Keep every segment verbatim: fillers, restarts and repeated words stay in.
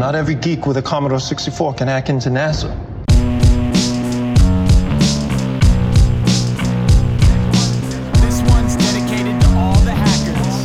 Not every geek with a Commodore sixty-four can hack into NASA. This one's dedicated to all the hackers.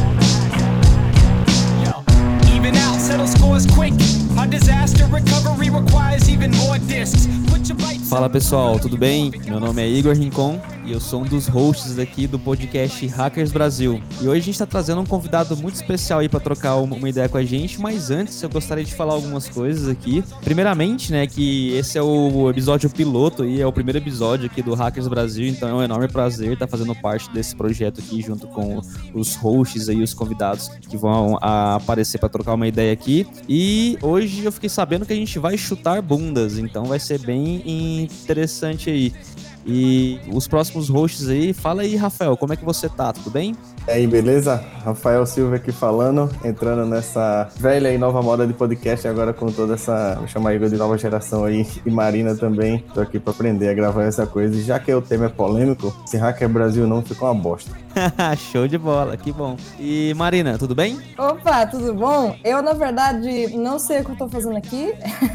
Yo, even out, settle scores quick. Our disaster recovery requires even more discs. Put your bytes. Fala pessoal, tudo bem? Meu nome é Igor Rincon e eu sou um dos hosts aqui do podcast Hackers Brasil. E hoje a gente está trazendo um convidado muito especial aí para trocar uma, uma ideia com a gente, mas antes eu gostaria de falar algumas coisas aqui. Primeiramente, né, que esse é o episódio piloto e é o primeiro episódio aqui do Hackers Brasil, então é um enorme prazer estar fazendo parte desse projeto aqui junto com os hosts aí, os convidados que vão a, aparecer para trocar uma ideia aqui. E hoje eu fiquei sabendo que a gente vai chutar bundas, então vai ser bem interessante aí. E os próximos hosts aí, fala aí, Rafael, como é que você tá? Tudo bem? E aí, beleza? Rafael Silva aqui falando, entrando nessa velha e nova moda de podcast, agora com toda essa, vou chamar Igor de nova geração aí, e Marina também, tô aqui pra aprender a gravar essa coisa, e já que o tema é polêmico, esse Hacker Brasil não ficou uma bosta. Show de bola, que bom. E Marina, tudo bem? Opa, tudo bom? Eu, na verdade, não sei o que eu tô fazendo aqui,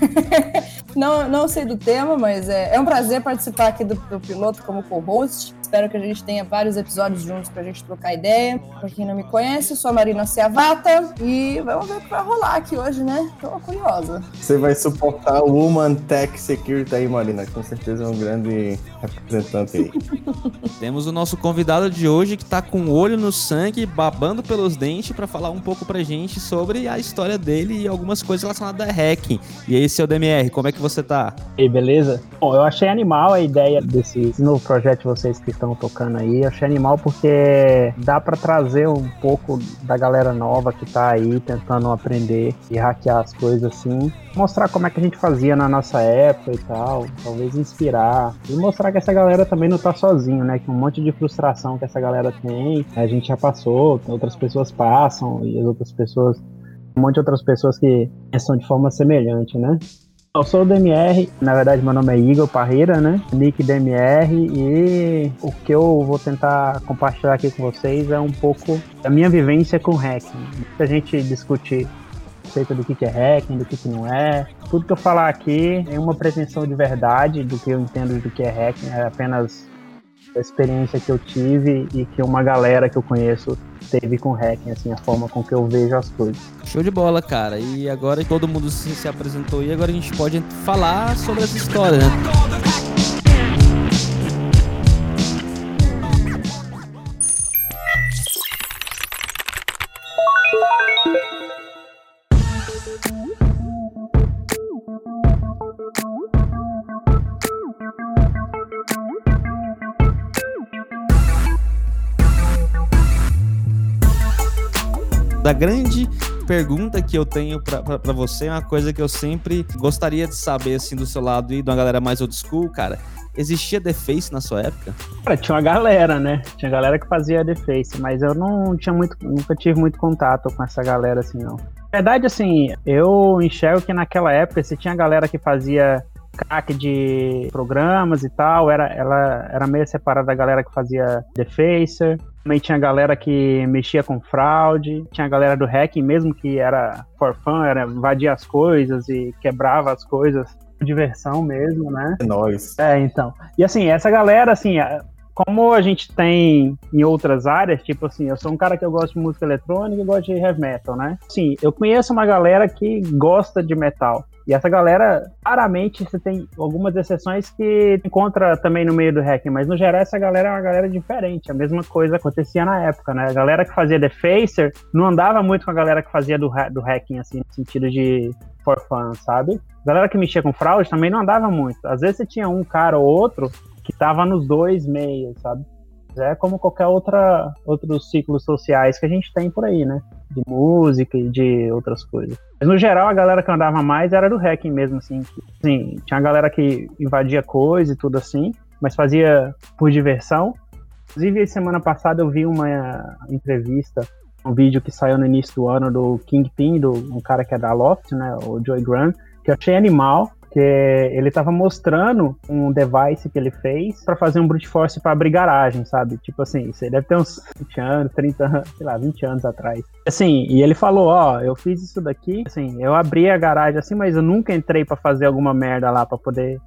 não, não sei do tema, mas é, é um prazer participar aqui do, do piloto como co-host. Espero que a gente tenha vários episódios juntos pra gente trocar ideia. Pra quem não me conhece, eu sou a Marina Ciavata e vamos ver o que vai rolar aqui hoje, né? Tô curiosa. Você vai suportar o Woman Tech Security aí, Marina, com certeza é um grande representante aí. Temos o nosso convidado de hoje que tá com o olho no sangue, babando pelos dentes pra falar um pouco pra gente sobre a história dele e algumas coisas relacionadas a hacking. E aí, seu D M R, como é que você tá? E aí, beleza? Bom, eu achei animal a ideia desse novo projeto de vocês que estão tocando aí. Eu achei animal porque dá pra trazer um pouco da galera nova que tá aí tentando aprender e hackear as coisas assim. Mostrar como é que a gente fazia na nossa época e tal. Talvez inspirar. E mostrar que essa galera também não tá sozinho, né? Que um monte de frustração que essa galera tem, a gente já passou, outras pessoas passam e as outras pessoas, um monte de outras pessoas que pensam de forma semelhante, né? Eu sou o D M R, na verdade meu nome é Igor Parreira, né? Nick D M R, e o que eu vou tentar compartilhar aqui com vocês é um pouco da minha vivência com hacking. Muita gente discute a respeito do que é hacking, do que não é. Tudo que eu falar aqui é uma pretensão de verdade do que eu entendo do que é hacking, é apenas a experiência que eu tive e que uma galera que eu conheço teve com hacking, assim, a forma com que eu vejo as coisas. Show de bola, cara. E agora todo mundo se, se apresentou e agora a gente pode falar sobre essa história, né? Da grande pergunta que eu tenho pra, pra, pra você, é uma coisa que eu sempre gostaria de saber, assim, do seu lado e de uma galera mais old school, cara. Existia Deface na sua época? Cara, tinha uma galera, né? Tinha galera que fazia Deface, mas eu não tinha muito, nunca tive muito contato com essa galera, assim, não. Na verdade, assim, eu enxergo que naquela época, você tinha galera que fazia crack de programas e tal, era, ela era meio separada da galera que fazia Defacer. Também tinha galera que mexia com fraude, tinha galera do hacking mesmo que era for fun, era invadir as coisas e quebrava as coisas por diversão mesmo, né? É nóis. É, então. E assim, essa galera, assim, como a gente tem em outras áreas, tipo assim, eu sou um cara que eu gosto de música eletrônica e gosto de heavy metal, né? Sim, eu conheço uma galera que gosta de metal. E essa galera, raramente você tem algumas exceções que encontra também no meio do hacking, mas no geral essa galera é uma galera diferente. A mesma coisa acontecia na época, né? A galera que fazia Defacer não andava muito com a galera que fazia do, ha- do hacking, assim, no sentido de for fun, sabe? A galera que mexia com fraude também não andava muito. Às vezes você tinha um cara ou outro que tava nos dois meios, sabe? É como qualquer outra, outros ciclos sociais que a gente tem por aí, né? De música e de outras coisas. Mas no geral, a galera que andava mais era do hacking mesmo, assim. Assim, tinha a galera que invadia coisa e tudo assim, mas fazia por diversão. Inclusive, semana passada eu vi uma entrevista, um vídeo que saiu no início do ano do Kingpin, do um cara que é da Loft, né? O Joey Graham, que eu achei animal. porque ele tava mostrando um device que ele fez pra fazer um brute force pra abrir garagem, sabe? Tipo assim, isso aí deve ter uns vinte anos, trinta anos, sei lá, vinte anos atrás. Assim, e ele falou, ó, eu fiz isso daqui, assim, eu abri a garagem assim, mas eu nunca entrei pra fazer alguma merda lá, pra poder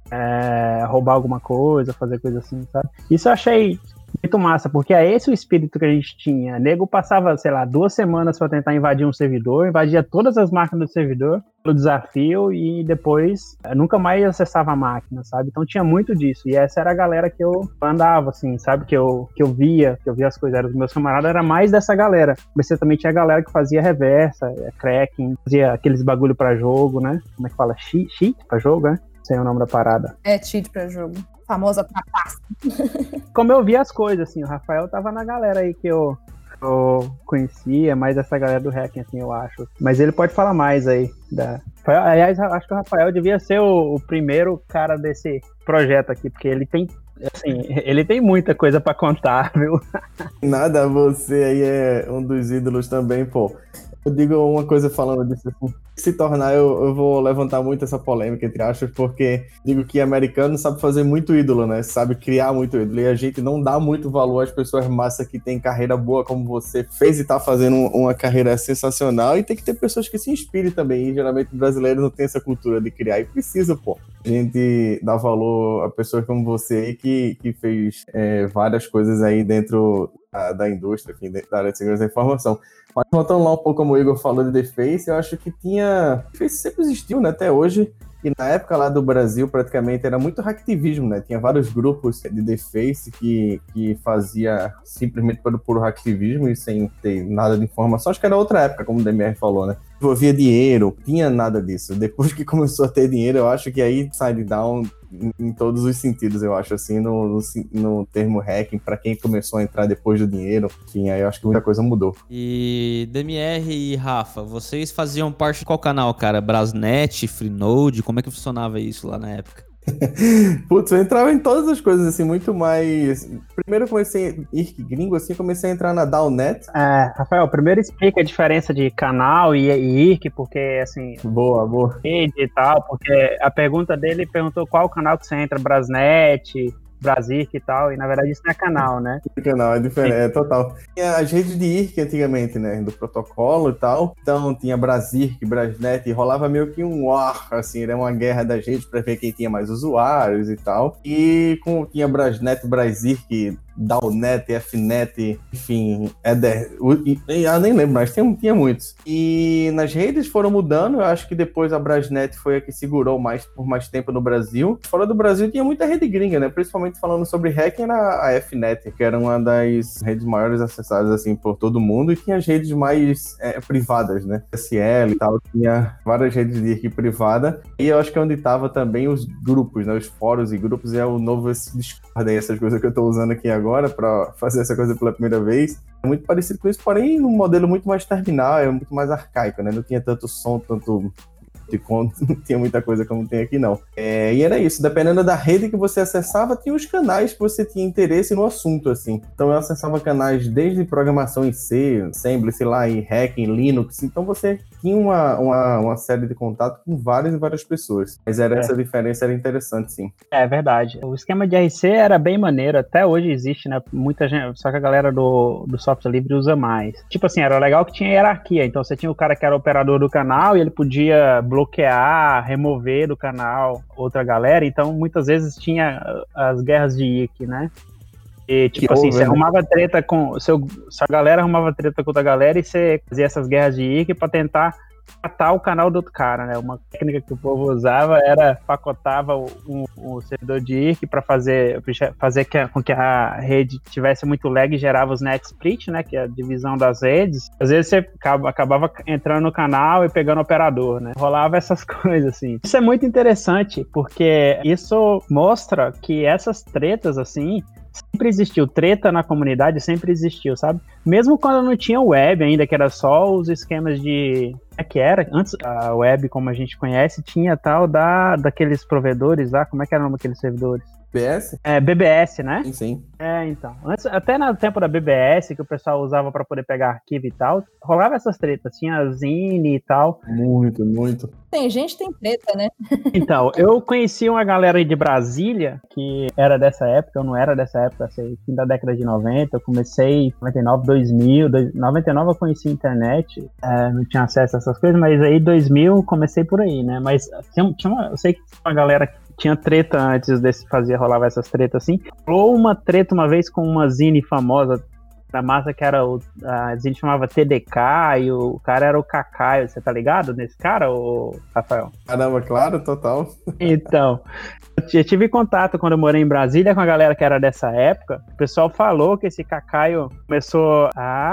é, roubar alguma coisa, fazer coisa assim, sabe? Isso eu achei muito massa, porque é esse o espírito que a gente tinha. O nego passava, sei lá, duas semanas pra tentar invadir um servidor, invadia todas as máquinas do servidor pelo desafio e depois nunca mais acessava a máquina, sabe? Então tinha muito disso. E essa era a galera que eu andava, assim, sabe? Que eu, que eu via, que eu via as coisas. Eram os meus camaradas, era mais dessa galera. Mas você também tinha a galera que fazia reversa, cracking, fazia aqueles bagulho pra jogo, né? Como é que fala? Cheat, cheat pra jogo, né? Sem o nome da parada. É, cheat pra jogo. Famosa trapaça. Como eu via as coisas, assim, o Rafael tava na galera aí que eu, eu conhecia, mais essa galera do hacking, assim, eu acho. Mas ele pode falar mais aí. Da... Aliás, acho que o Rafael devia ser o, o primeiro cara desse projeto aqui, porque ele tem, assim, ele tem muita coisa pra contar, viu? Nada, você aí é um dos ídolos também, pô. Eu digo uma coisa falando disso, assim, se tornar, eu, eu vou levantar muito essa polêmica, entre aspas, porque digo que americano sabe fazer muito ídolo, né? Sabe criar muito ídolo, e a gente não dá muito valor às pessoas massa que tem carreira boa, como você fez e tá fazendo uma carreira sensacional, e tem que ter pessoas que se inspirem também, e geralmente o brasileiro não tem essa cultura de criar, e precisa, pô. A gente dá valor a pessoas como você aí, que, que fez é, várias coisas aí dentro da, da indústria, enfim, dentro da área de segurança da informação. Mas voltando lá um pouco como o Igor falou de Deface, eu acho que tinha... Deface sempre existiu, né, até hoje. E na época lá do Brasil, praticamente, era muito hacktivismo, né? Tinha vários grupos de Deface que, que fazia simplesmente pelo puro hacktivismo e sem ter nada de informação. Acho que era outra época, como o D M R falou, né? Envolvia dinheiro, tinha nada disso. Depois que começou a ter dinheiro, eu acho que aí side down em, em todos os sentidos, eu acho, assim, no, no, no termo hacking, pra quem começou a entrar depois do dinheiro. Enfim, aí eu acho que muita coisa mudou. E D M R e Rafa, vocês faziam parte de qual canal, cara? Brasnet, Freenode, como é que funcionava isso lá na época? Putz, eu entrava em todas as coisas, assim, muito mais... Primeiro eu comecei, I R C gringo, assim, comecei a entrar na Downet. É, Rafael, primeiro explica a diferença de canal e, e I R C, porque, assim... Boa, boa. E tal, porque a pergunta dele perguntou qual canal que você entra, Brasnet, Brasirc e tal, e na verdade isso não é canal, né? O canal é diferente, é total. Tinha as redes de I R C antigamente, né, do protocolo e tal, então tinha Brasirc, Brasnet, e rolava meio que um war, assim, era uma guerra das redes pra ver quem tinha mais usuários e tal, e com, tinha Brasnet, Brasirc, Downet, Fnet, enfim, Eder, eu nem lembro mais, tinha, tinha muitos. E nas redes foram mudando, eu acho que depois a Brasnet foi a que segurou mais por mais tempo no Brasil. Fora do Brasil tinha muita rede gringa, né, principalmente falando sobre hacking, era a Fnet, que era uma das redes maiores acessadas, assim, por todo mundo, e tinha as redes mais é, privadas, né, S L e tal, tinha várias redes de I R C privada, e eu acho que é onde tava também os grupos, né, os fóruns e grupos, é o novo esse Discord aí, essas coisas que eu tô usando aqui agora, agora para fazer essa coisa pela primeira vez. É muito parecido com isso, porém num modelo muito mais terminal, é muito mais arcaico, né? Não tinha tanto som, tanto de conta, não tinha muita coisa como tem aqui, não. É, e era isso, dependendo da rede que você acessava, tinha os canais que você tinha interesse no assunto, assim. Então eu acessava canais desde programação em C, Assembly, sei lá, em Hacking, Linux, então você tinha uma, uma, uma série de contato com várias e várias pessoas. Mas era é. essa diferença, era interessante, sim. É verdade. O esquema de R C era bem maneiro, até hoje existe, né? Muita gente, só que a galera do, do software livre usa mais. Tipo assim, era legal que tinha hierarquia, então você tinha o cara que era operador do canal e ele podia bloquear, remover do canal outra galera, então muitas vezes tinha as guerras de I R C, né? E tipo que assim, houve, você né? arrumava treta com seu, sua galera arrumava treta com outra galera e você fazia essas guerras de I R C pra tentar pacotar o canal do outro cara, né? Uma técnica que o povo usava era pacotava o, o, o servidor de I R C para fazer, fazer que, com que a rede tivesse muito lag e gerava os net split, né? Que é a divisão das redes. Às vezes você acaba, acabava entrando no canal e pegando o operador, né? Rolava essas coisas, assim. Isso é muito interessante, porque isso mostra que essas tretas, assim, sempre existiu, treta na comunidade sempre existiu, sabe? Mesmo quando não tinha web ainda, que era só os esquemas de... Como é que era? Antes, a web, como a gente conhece, tinha tal da, daqueles provedores lá, como é que era o nome daqueles servidores? B S? É, B B S, né? Sim, sim. É, então. Antes, até no tempo da B B S, que o pessoal usava pra poder pegar arquivo e tal, rolava essas tretas. Tinha zine e tal. Muito, muito. Tem gente, tem treta, né? Então, eu conheci uma galera aí de Brasília, que era dessa época, eu não era dessa época, sei, fim da década de noventa, eu comecei em noventa e nove, dois mil, noventa e nove eu conheci a internet, é, não tinha acesso a essas coisas, mas aí dois mil comecei por aí, né? Mas tinha, tinha uma, eu sei que tinha uma galera que tinha treta antes desse, fazia, rolava essas tretas assim. Rolou uma treta uma vez com uma zine famosa da massa que era o, a zine chamava T D K e o cara era o Kakai, você tá ligado nesse cara, ô, Rafael? Caramba, claro, total. Então, eu tive contato quando eu morei em Brasília com a galera que era dessa época. O pessoal falou que esse Cacaio começou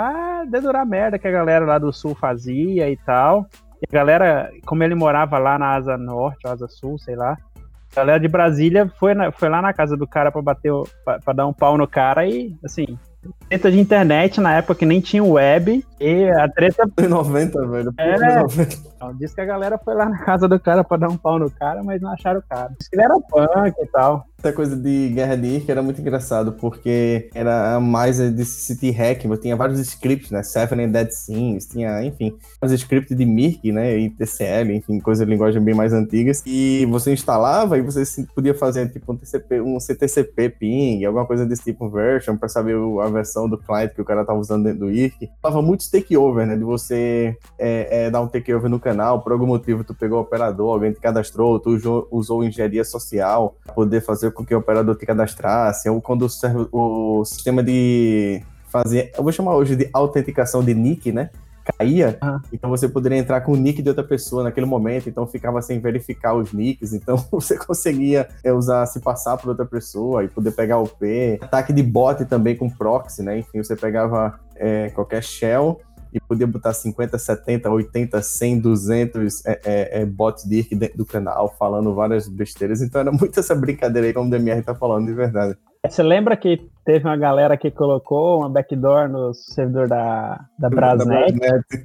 a dedurar merda que a galera lá do sul fazia e tal. E a galera, como ele morava lá na Asa Norte, ou Asa Sul, sei lá, a galera de Brasília foi, na, foi lá na casa do cara pra bater, o, pra, pra dar um pau no cara e, assim, treta de internet na época que nem tinha web e a treta... Em noventa, velho. É, noventa. Então, diz que a galera foi lá na casa do cara pra dar um pau no cara, mas não acharam o cara. Diz que ele era punk e tal. Essa coisa de Guerra de Irk era muito engraçado, porque era mais de City Hack, mas tinha vários scripts, né? Seven and Dead Sins, tinha, enfim, vários scripts de Mirk, né? E T C L, enfim, coisas de linguagem bem mais antigas. E você instalava e você podia fazer tipo um, T C P, um C T C P ping, alguma coisa desse tipo, version, pra saber a versão do client que o cara tava usando dentro do Irk. Tava muito takeover, né? De você é, é, dar um takeover no canal, por algum motivo tu pegou o operador, alguém te cadastrou, tu usou, usou engenharia social pra poder fazer com que o operador te cadastrasse, ou quando o, servo, o sistema de fazer, eu vou chamar hoje de autenticação de nick, né? Caía, ah. Então você poderia entrar com o nick de outra pessoa naquele momento, então ficava sem verificar os nicks, então você conseguia é, usar, se passar por outra pessoa e poder pegar o P. Ataque de bot também com proxy, né? Enfim, você pegava é, qualquer shell e podia botar cinquenta, setenta, oitenta, cem, duzentos é, é, é, bots de Irk dentro do canal, falando várias besteiras. Então era muito essa brincadeira aí, como o D M R tá falando, de verdade. Você lembra que teve uma galera que colocou uma backdoor no servidor da, da Brasnet?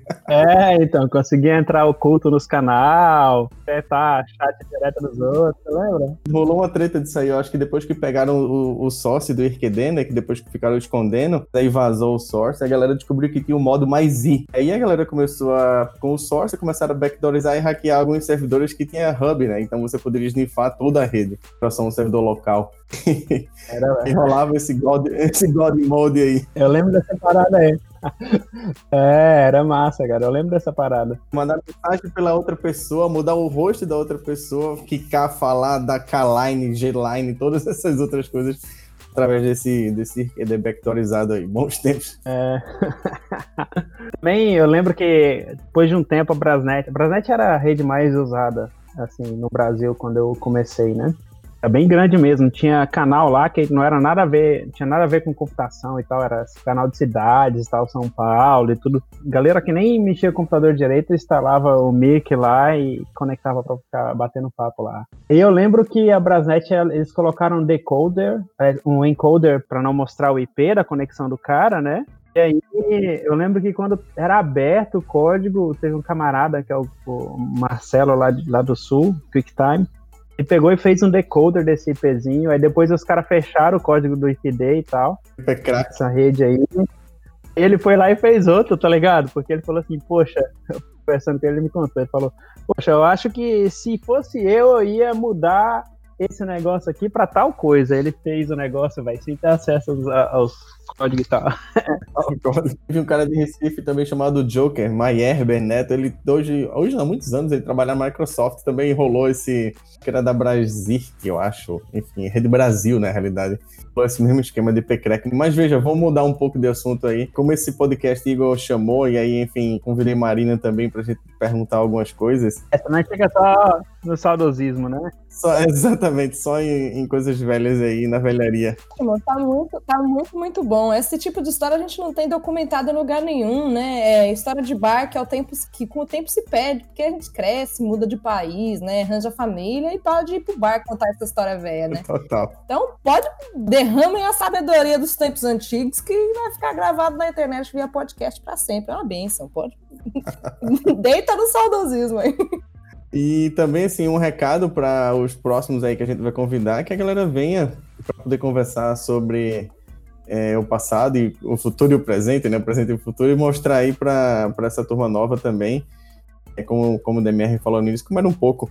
É, então, conseguia entrar oculto nos canal, apertar chat direto dos outros, você lembra? Rolou uma treta disso aí, eu acho que depois que pegaram o, o source do IrkD, né, que depois que ficaram escondendo, daí vazou o source, a galera descobriu que tinha o modo mais I. Aí a galera começou a, com o source, começaram a backdoorizar e hackear alguns servidores que tinha hub, né, então você poderia snifar toda a rede, pra só um servidor local. Era, e rolava esse God, esse God Mode aí. Eu lembro dessa parada aí. É, era massa, cara. Eu lembro dessa parada. Mandar mensagem pela outra pessoa, mudar o rosto da outra pessoa, ficar, falar da K-Line, G-Line, todas essas outras coisas através desse, desse IrkD backdoorizado aí. Bons tempos. É. Também eu lembro que depois de um tempo a Brasnet... A Brasnet era a rede mais usada assim, no Brasil quando eu comecei, né? Era bem grande mesmo, tinha canal lá que não era nada a ver, tinha nada a ver com computação e tal, era canal de cidades e tal, São Paulo e tudo. Galera que nem mexia com o computador direito, instalava o mic lá e conectava pra ficar batendo papo lá. E eu lembro que a Brasnet, eles colocaram um decoder, um encoder pra não mostrar o I P da conexão do cara, né? E aí, eu lembro que quando era aberto o código, teve um camarada, que é o, o Marcelo lá, de, lá do Sul, QuickTime, ele pegou e fez um decoder desse IPzinho, aí depois os caras fecharam o código do IrkD e tal, essa rede aí. Ele foi lá e fez outro, tá ligado? Porque ele falou assim, poxa, conversando com ele, ele me contou, ele falou, poxa, eu acho que se fosse eu, eu ia mudar esse negócio aqui pra tal coisa. Ele fez o negócio, vai, sem ter acesso aos, aos códigos e tal. Teve um cara de Recife também chamado Joker, Mayerber Neto, ele hoje, hoje não, há muitos anos, ele trabalha na Microsoft, também rolou esse, que era da Brasir, que eu acho, enfim, Rede Brasil, na realidade. Esse mesmo esquema de P-Crack. Mas veja, vamos mudar um pouco de assunto aí. Como esse podcast Igor chamou, e aí, enfim, convidei Marina também pra gente perguntar algumas coisas. Essa não chega só no saudosismo, né? Só, exatamente, só em, em coisas velhas aí, na velharia. Tá muito, tá muito, muito bom. Esse tipo de história a gente não tem documentado em lugar nenhum, né? É história de bar que, é o tempo, que com o tempo se perde, porque a gente cresce, muda de país, né? Arranja família e pode ir pro bar contar essa história velha, né? Total. Então, pode... Derramem a sabedoria dos tempos antigos que vai ficar gravado na internet via podcast pra sempre. É uma bênção, pode. Deita no saudosismo aí. E também, assim, um recado para os próximos aí que a gente vai convidar, que a galera venha para poder conversar sobre é, o passado e o futuro e o presente, né? O presente e o futuro, e mostrar aí para essa turma nova também, é, como, como o D M R falou nisso, como era um pouco.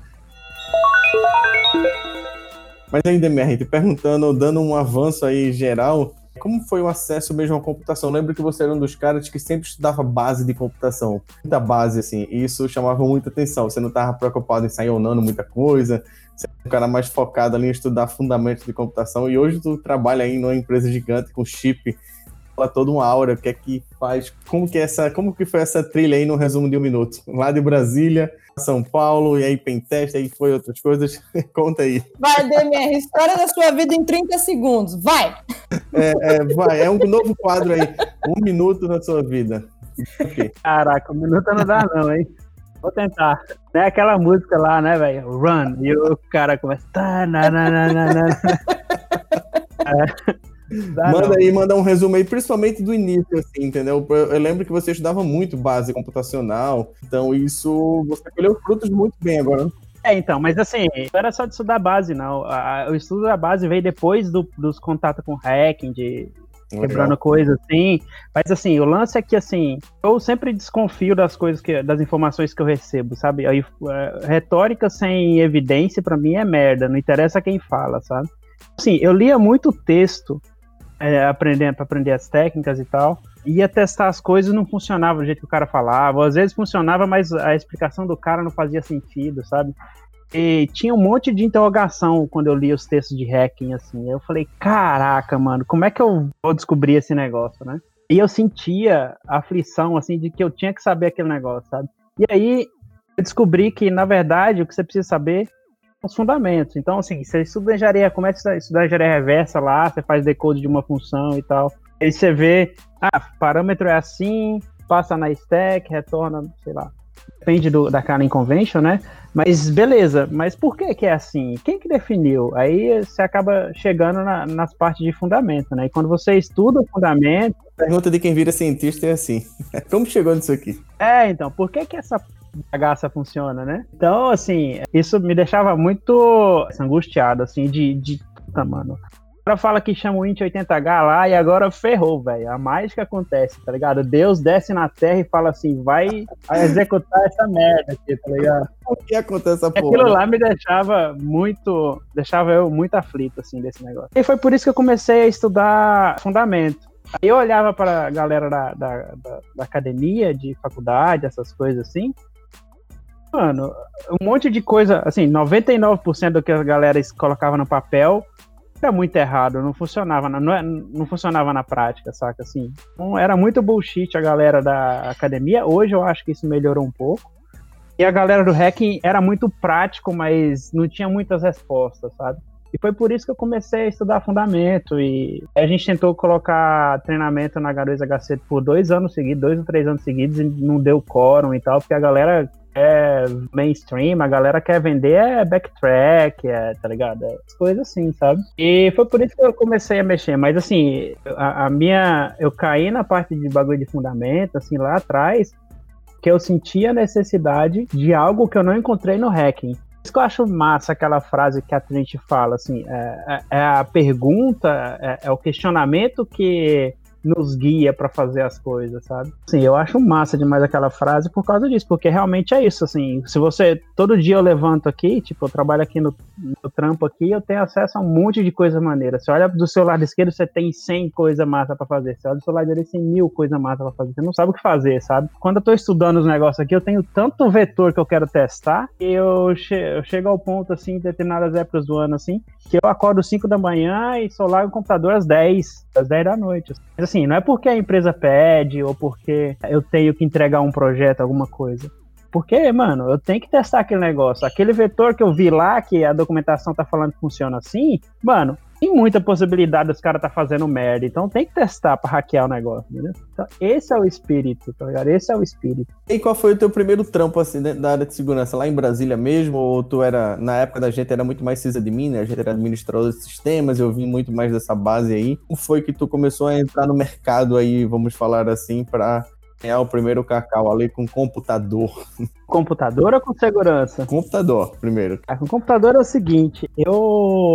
Mas aí, D M R, te perguntando, dando um avanço aí geral, como foi o acesso mesmo à computação? Eu lembro que você era um dos caras que sempre estudava base de computação, muita base, assim, e isso chamava muita atenção. Você não estava preocupado em sair onando muita coisa, você era um cara mais focado ali em estudar fundamentos de computação, e hoje tu trabalha aí numa empresa gigante com chip, fala toda uma aura, o que é que faz, como que, é essa, como que foi essa trilha aí no resumo de um minuto? Lá de Brasília, São Paulo, e aí Pentest, aí foi outras coisas, conta aí. Vai, D M R, história da sua vida em trinta segundos, vai! É, é, vai, é um novo quadro aí, um minuto na sua vida. Okay. Caraca, um minuto não dá não, hein? Vou tentar. Não é aquela música lá, né, velho? Run, e o cara começa... Tá, na, na, na, na, na. É. Dá manda não. aí, manda um resumo aí, principalmente do início, assim, entendeu? Eu, eu lembro que você estudava muito base computacional, então isso, você colheu frutos muito bem agora. É, então, mas assim, não era só de estudar base, não. A, o estudo da base veio depois do, dos contatos com hacking, de quebrando coisas, assim. Mas assim, o lance é que, assim, eu sempre desconfio das coisas, que, das informações que eu recebo, sabe? Aí, a retórica sem evidência, pra mim, é merda, não interessa quem fala, sabe? Assim, eu lia muito texto, É, aprendendo para aprender as técnicas e tal, ia testar as coisas, não funcionava do jeito que o cara falava, às vezes funcionava, mas a explicação do cara não fazia sentido, sabe? E tinha um monte de interrogação quando eu li os textos de hacking, assim, eu falei, caraca, mano, como é que eu vou descobrir esse negócio, né? E eu sentia a aflição, assim, de que eu tinha que saber aquele negócio, sabe? E aí eu descobri que, na verdade, o que você precisa saber os fundamentos. Então, assim, você estuda engenharia, começa a estudar engenharia reversa lá, você faz decode de uma função e tal. Aí você vê, ah, parâmetro é assim, passa na stack, retorna, sei lá. Depende do, da Kernel Convention, né? Mas beleza, mas por que que é assim? Quem que definiu? Aí você acaba chegando na, nas partes de fundamento, né? E quando você estuda o fundamento... A pergunta de quem vira cientista é assim, como chegou nisso aqui? É, então, por que que essa bagaça funciona, né? Então, assim, isso me deixava muito angustiado, assim, de... de puta, mano. O cara fala que chama o int oitenta H lá e agora ferrou, velho. A mágica acontece, tá ligado? Deus desce na Terra e fala assim, vai executar essa merda aqui, tá ligado? Por que acontece essa porra? Aquilo lá me deixava muito... Deixava eu muito aflito, assim, desse negócio. E foi por isso que eu comecei a estudar fundamento. Aí eu olhava pra galera da, da, da, da academia, de faculdade, essas coisas assim. Mano, um monte de coisa, assim, noventa e nove por cento do que a galera colocava no papel era muito errado, não funcionava, não, não funcionava na prática, saca, assim. Então, era muito bullshit a galera da academia, hoje eu acho que isso melhorou um pouco. E a galera do hacking era muito prático, mas não tinha muitas respostas, sabe? E foi por isso que eu comecei a estudar fundamento, e a gente tentou colocar treinamento na H dois H C por dois anos seguidos, dois ou três anos seguidos, e não deu quórum e tal, porque a galera é mainstream, a galera quer vender é backtrack, é, tá ligado? É, coisas assim, sabe? E foi por isso que eu comecei a mexer, mas assim, a, a minha, eu caí na parte de bagulho de fundamento, assim, lá atrás, que eu sentia a necessidade de algo que eu não encontrei no hacking. Isso que eu acho massa, aquela frase que a gente fala, assim, é, é a pergunta, é, é o questionamento que nos guia pra fazer as coisas, sabe? Assim, eu acho massa demais aquela frase por causa disso, porque realmente é isso, assim, se você, todo dia eu levanto aqui, tipo, eu trabalho aqui no, no trampo aqui, eu tenho acesso a um monte de coisa maneira. Você olha do seu lado esquerdo, você tem cem coisas massa pra fazer, você olha do seu lado direito, tem mil coisas massa pra fazer, você não sabe o que fazer, sabe? Quando eu tô estudando os negócios aqui, eu tenho tanto vetor que eu quero testar, e eu, che- eu chego ao ponto, assim, em determinadas épocas do ano, assim, que eu acordo cinco da manhã e só largo o computador às dez, às dez da noite. Mas assim, não é porque a empresa pede ou porque eu tenho que entregar um projeto, alguma coisa. Porque, mano, eu tenho que testar aquele negócio. Aquele vetor que eu vi lá, que a documentação tá falando que funciona assim, mano, tem muita possibilidade dos caras tá fazendo merda. Então tem que testar pra hackear o negócio, entendeu? Então, esse é o espírito, tá ligado? Esse é o espírito. E qual foi o teu primeiro trampo, assim, dentro da área de segurança? Lá em Brasília mesmo? Ou tu era, na época da gente, era muito mais sysadmin, né? A gente era administrador de sistemas, eu vim muito mais dessa base aí. Como foi que tu começou a entrar no mercado aí, vamos falar assim, pra ganhar o primeiro cacau ali com computador? Computador ou com segurança? Computador, primeiro. Ah, com computador é o seguinte, eu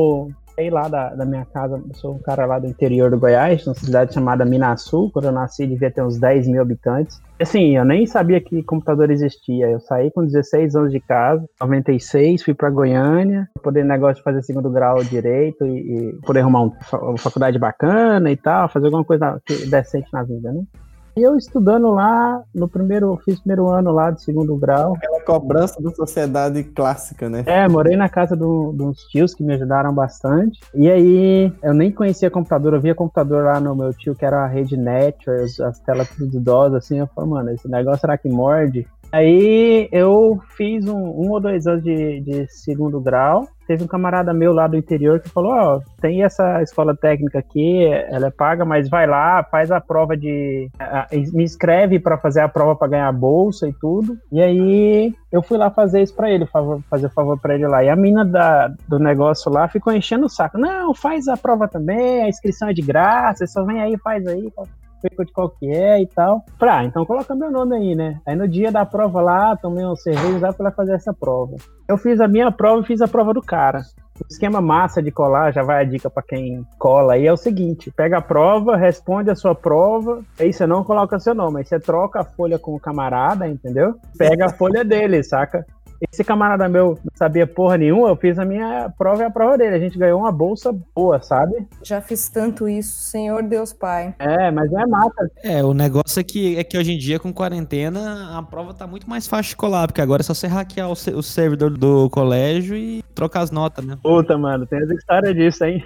saí lá da, da minha casa, eu sou um cara lá do interior do Goiás, numa cidade chamada Minasul. Quando eu nasci devia ter uns dez mil habitantes. Assim, eu nem sabia que computador existia. Eu saí com dezesseis anos de casa, em noventa e seis, fui pra Goiânia, poder negócio de fazer segundo grau direito e, e poder arrumar um, uma faculdade bacana e tal, fazer alguma coisa decente na vida, né? E eu estudando lá, no primeiro, fiz o primeiro ano lá de segundo grau. Aquela cobrança da sociedade clássica, né? É, morei na casa do, de uns tios que me ajudaram bastante. E aí, eu nem conhecia computador, eu via computador lá no meu tio, que era a rede Network, as telas tudo idosas, assim. Eu falei, mano, esse negócio será que morde? Aí eu fiz um, um ou dois anos de, de segundo grau. Teve um camarada meu lá do interior que falou, ó, oh, tem essa escola técnica aqui, ela é paga, mas vai lá, faz a prova de... me inscreve pra fazer a prova pra ganhar a bolsa e tudo. E aí eu fui lá fazer isso pra ele, favor, fazer o favor pra ele lá. E a mina da, do negócio lá ficou enchendo o saco. Não, faz a prova também, a inscrição é de graça, só vem aí, faz aí, de qual que é e tal. Falei, ah, então coloca meu nome aí, né? Aí no dia da prova lá, tomei um cerveja lá pra fazer essa prova. Eu fiz a minha prova e fiz a prova do cara. O esquema massa de colar, já vai a dica pra quem cola aí, é o seguinte: pega a prova, responde a sua prova, aí você não coloca seu nome, aí você troca a folha com o camarada, entendeu? Pega a folha dele, saca? Esse camarada meu não sabia porra nenhuma, eu fiz a minha prova e a prova dele. A gente ganhou uma bolsa boa, sabe? Já fiz tanto isso, Senhor Deus Pai. É, mas é mata. É, o negócio é que, é que hoje em dia, com quarentena, a prova tá muito mais fácil de colar, porque agora é só você hackear o, o servidor do colégio e trocar as notas, né? Puta, mano, tem essa história disso, hein?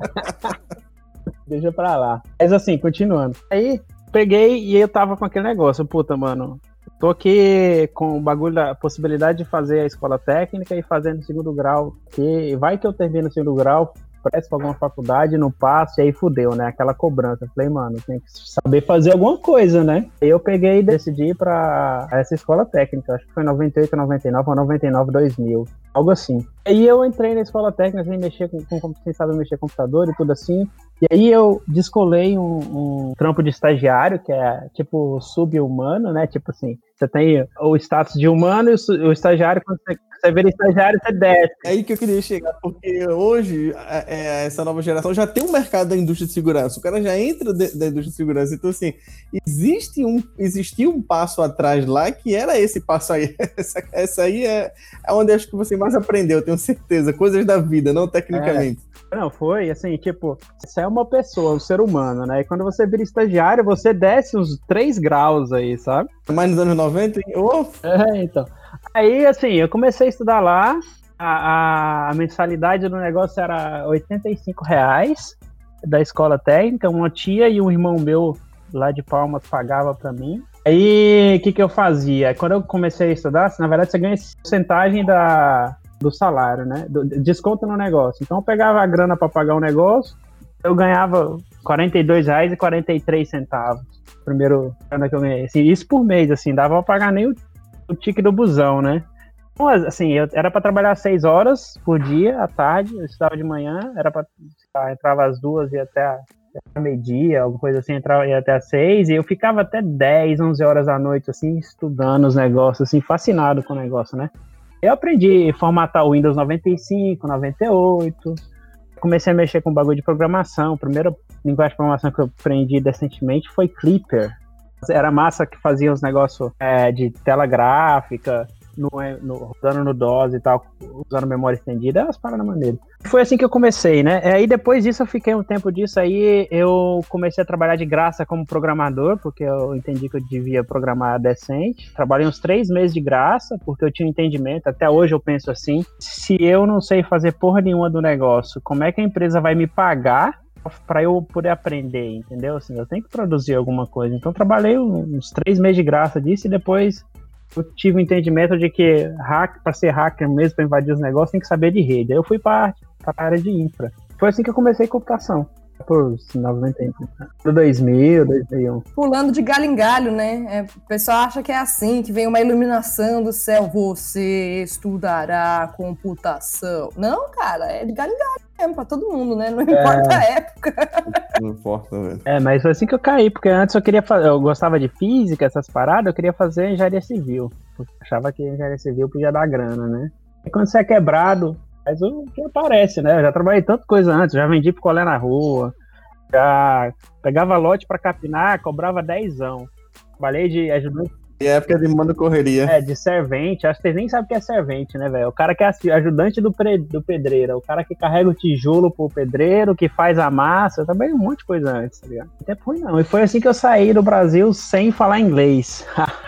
Deixa pra lá. Mas assim, continuando. Aí, peguei e eu tava com aquele negócio, puta, mano... Tô aqui com o bagulho da possibilidade de fazer a escola técnica e fazer no segundo grau. Que vai que eu termino no segundo grau, presto pra alguma faculdade, não passo, e aí fudeu, né? Aquela cobrança. Falei, mano, tem que saber fazer alguma coisa, né? Aí eu peguei e decidi ir pra essa escola técnica. Acho que foi noventa e oito, noventa e nove ou noventa e nove, dois mil. Algo assim. Aí eu entrei na escola técnica sem mexer com, com sem saber mexer com computador e tudo assim. E aí eu descolei um, um trampo de estagiário, que é tipo sub-humano, né? Tipo assim, você tem o status de humano e o, o estagiário, quando você, você vira estagiário, você desce. É aí que eu queria chegar, porque hoje é, essa nova geração já tem um mercado da indústria de segurança. O cara já entra de, da indústria de segurança. Então, assim, existe um, existia um passo atrás lá que era esse passo aí. Essa, essa aí é, é onde acho que você mais aprendeu, eu tenho certeza. Coisas da vida, não tecnicamente. É. Não, foi assim, tipo, você é uma pessoa, um ser humano, né? E quando você vira estagiário, você desce uns três graus aí, sabe? Mais nos anos noventa? Oh. É, então. Aí, assim, eu comecei a estudar lá, a, a, a mensalidade do negócio era oitenta e cinco reais da escola técnica, uma tia e um irmão meu lá de Palmas pagava pra mim. Aí, o que que eu fazia? Quando eu comecei a estudar, na verdade, você ganha porcentagem da... do salário, né? Do, desconto no negócio. Então eu pegava a grana para pagar o negócio, eu ganhava quarenta e dois reais e quarenta e três centavos. Primeiro ano que eu ganhei. Assim, isso por mês, assim, dava pra pagar nem o, o ticket do busão, né? Então, assim, eu era para trabalhar seis horas por dia, à tarde, eu estudava de manhã, era para entrava às duas e até a meio-dia, alguma coisa assim, entrava, ia até às seis, e eu ficava até dez, onze horas da noite, assim, estudando os negócios, assim, fascinado com o negócio, né? Eu aprendi a formatar o Windows noventa e cinco, noventa e oito, comecei a mexer com bagulho de programação. A primeira linguagem de programação que eu aprendi decentemente foi Clipper. Era massa que fazia os negócios é, de tela gráfica, no, no, rodando no DOS e tal, usando memória estendida, elas pararam na maneira. Foi assim que eu comecei, né? Aí depois disso eu fiquei um tempo disso aí, eu comecei a trabalhar de graça como programador, porque eu entendi que eu devia programar decente. Trabalhei uns três meses de graça, porque eu tinha um entendimento, até hoje eu penso assim, se eu não sei fazer porra nenhuma do negócio, como é que a empresa vai me pagar para eu poder aprender, entendeu? Assim, eu tenho que produzir alguma coisa. Então trabalhei uns três meses de graça disso e depois eu tive o um entendimento de que hack, para ser hacker mesmo, para invadir os negócios, tem que saber de rede. Aí eu fui para a área de infra. Foi assim que eu comecei computação. Por noventa, dois mil, dois mil e um. Pulando de galho em galho, né? É, o pessoal acha que é assim, que vem uma iluminação do céu. Você estudará computação. Não, cara, é de galho em galho mesmo, pra todo mundo, né? Não importa é. a época. Não importa, velho. É, mas foi assim que eu caí, porque antes eu queria fazer, eu gostava de física, essas paradas, eu queria fazer engenharia civil. Eu achava que engenharia civil podia dar grana, né? E quando você é quebrado, Mas o que aparece, né? Eu já trabalhei tanta coisa antes, já vendi picolé na rua, já pegava lote pra capinar, cobrava dezão. Trabalhei de ajudante. E época de mano correria. É, de servente. Acho que vocês nem sabem o que é servente, né, velho? O cara que é ajudante do, pre... do pedreiro, o cara que carrega o tijolo pro pedreiro, que faz a massa. Eu trabalhei um monte de coisa antes, tá ligado? Não tempo ruim, não. E foi assim que eu saí do Brasil sem falar inglês.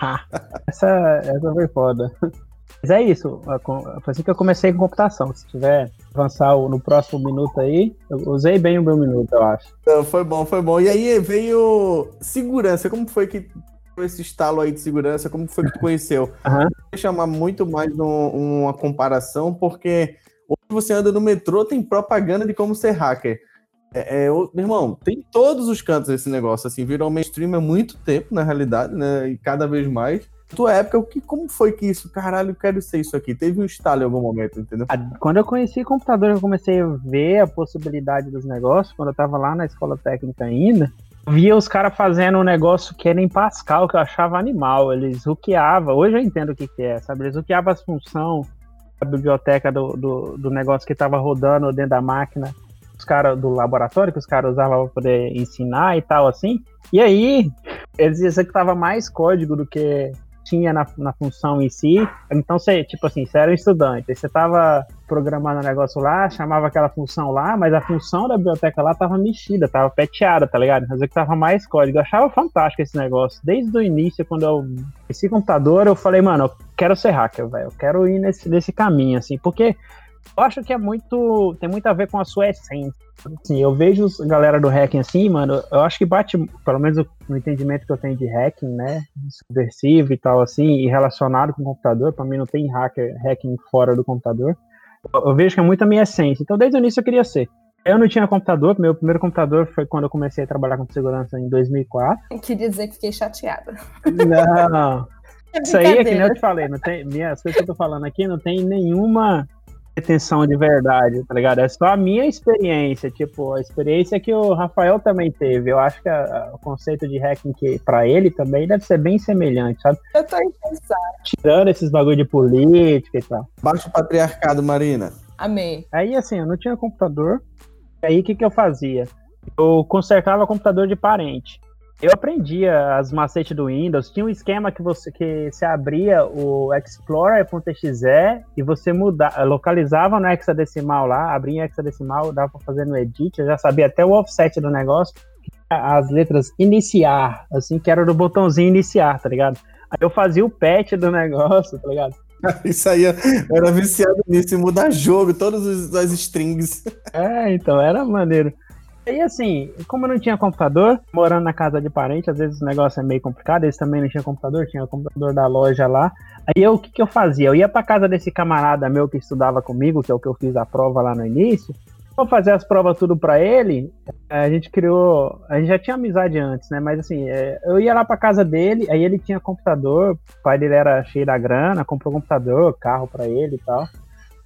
essa, essa foi foda. Mas é isso. Foi assim que eu comecei com computação. Se tiver avançar no próximo minuto aí, eu usei bem o meu minuto, eu acho. Não, foi bom, foi bom. E aí veio segurança. Como foi que esse estalo aí de segurança, como foi que tu conheceu? Uhum. Vou chamar muito mais um, uma comparação, porque hoje você anda no metrô, tem propaganda de como ser hacker. É, é, meu irmão, tem todos os cantos esse negócio, assim, virou mainstream há muito tempo, na realidade, né, e cada vez mais. Na tua época, o que, como foi que isso, caralho, eu quero ser isso aqui? Teve um estalo em algum momento, entendeu? Quando eu conheci computador, eu comecei a ver a possibilidade dos negócios, quando eu tava lá na escola técnica ainda, via os caras fazendo um negócio que era em Pascal, que eu achava animal. Eles hackeavam, hoje eu entendo o que, que é, sabe? Eles hackeavam as funções da biblioteca do, do, do negócio que estava rodando dentro da máquina, os caras do laboratório, que os caras usavam para poder ensinar e tal, assim. E aí, eles executavam mais código do que tinha na, na função em si. Então, você, tipo assim, você era um estudante, aí você tava programando um negócio lá, chamava aquela função lá, mas a função da biblioteca lá tava mexida, tava peteada, tá ligado? Mas eu que tava mais código. Eu achava fantástico esse negócio. Desde o início, quando eu conheci computador, eu falei, mano, eu quero ser hacker, velho. Eu quero ir nesse, nesse caminho, assim, porque eu acho que é muito, tem muito a ver com a sua essência. Assim, eu vejo a galera do hacking assim, mano, eu acho que bate, pelo menos no entendimento que eu tenho de hacking, né, subversivo e tal, assim, e relacionado com o computador, pra mim não tem hacker, hacking fora do computador, eu, eu vejo que é muito a minha essência. Então desde o início eu queria ser. Eu não tinha computador, meu primeiro computador foi quando eu comecei a trabalhar com segurança em dois mil e quatro. Eu queria dizer que fiquei chateada. Não, isso aí é que nem eu te falei, não tem, minhas coisas que eu tô falando aqui não tem nenhuma pretensão de verdade, tá ligado? É só a minha experiência, tipo, a experiência que o Rafael também teve. Eu acho que a, a, o conceito de hacking que pra ele também deve ser bem semelhante, sabe? Eu tô interessada. Tirando esses bagulho de política e tal. Baixo patriarcado, Marina. Amei. Aí, assim, eu não tinha computador. Aí, o que que eu fazia? Eu consertava computador de parente. Eu aprendia as macetes do Windows. Tinha um esquema que você que você abria o Explorer.exe e você mudava, localizava no hexadecimal lá, abria em hexadecimal, dava pra fazer no edit. Eu já sabia até o offset do negócio, as letras iniciar, assim, que era do botãozinho iniciar, tá ligado? Aí eu fazia o patch do negócio, tá ligado? Isso aí, eu era viciado nisso, em mudar jogo, todas as strings. É, então, era maneiro. E assim, como eu não tinha computador, morando na casa de parente, às vezes o negócio é meio complicado, eles também não tinham computador, tinha o computador da loja lá. Aí eu, o que que eu fazia? Eu ia pra casa desse camarada meu que estudava comigo, que é o que eu fiz a prova lá no início, vou fazer as provas tudo pra ele, a gente criou, a gente já tinha amizade antes, né, mas assim, eu ia lá pra casa dele, aí ele tinha computador, o pai dele era cheio da grana, comprou computador, carro pra ele e tal.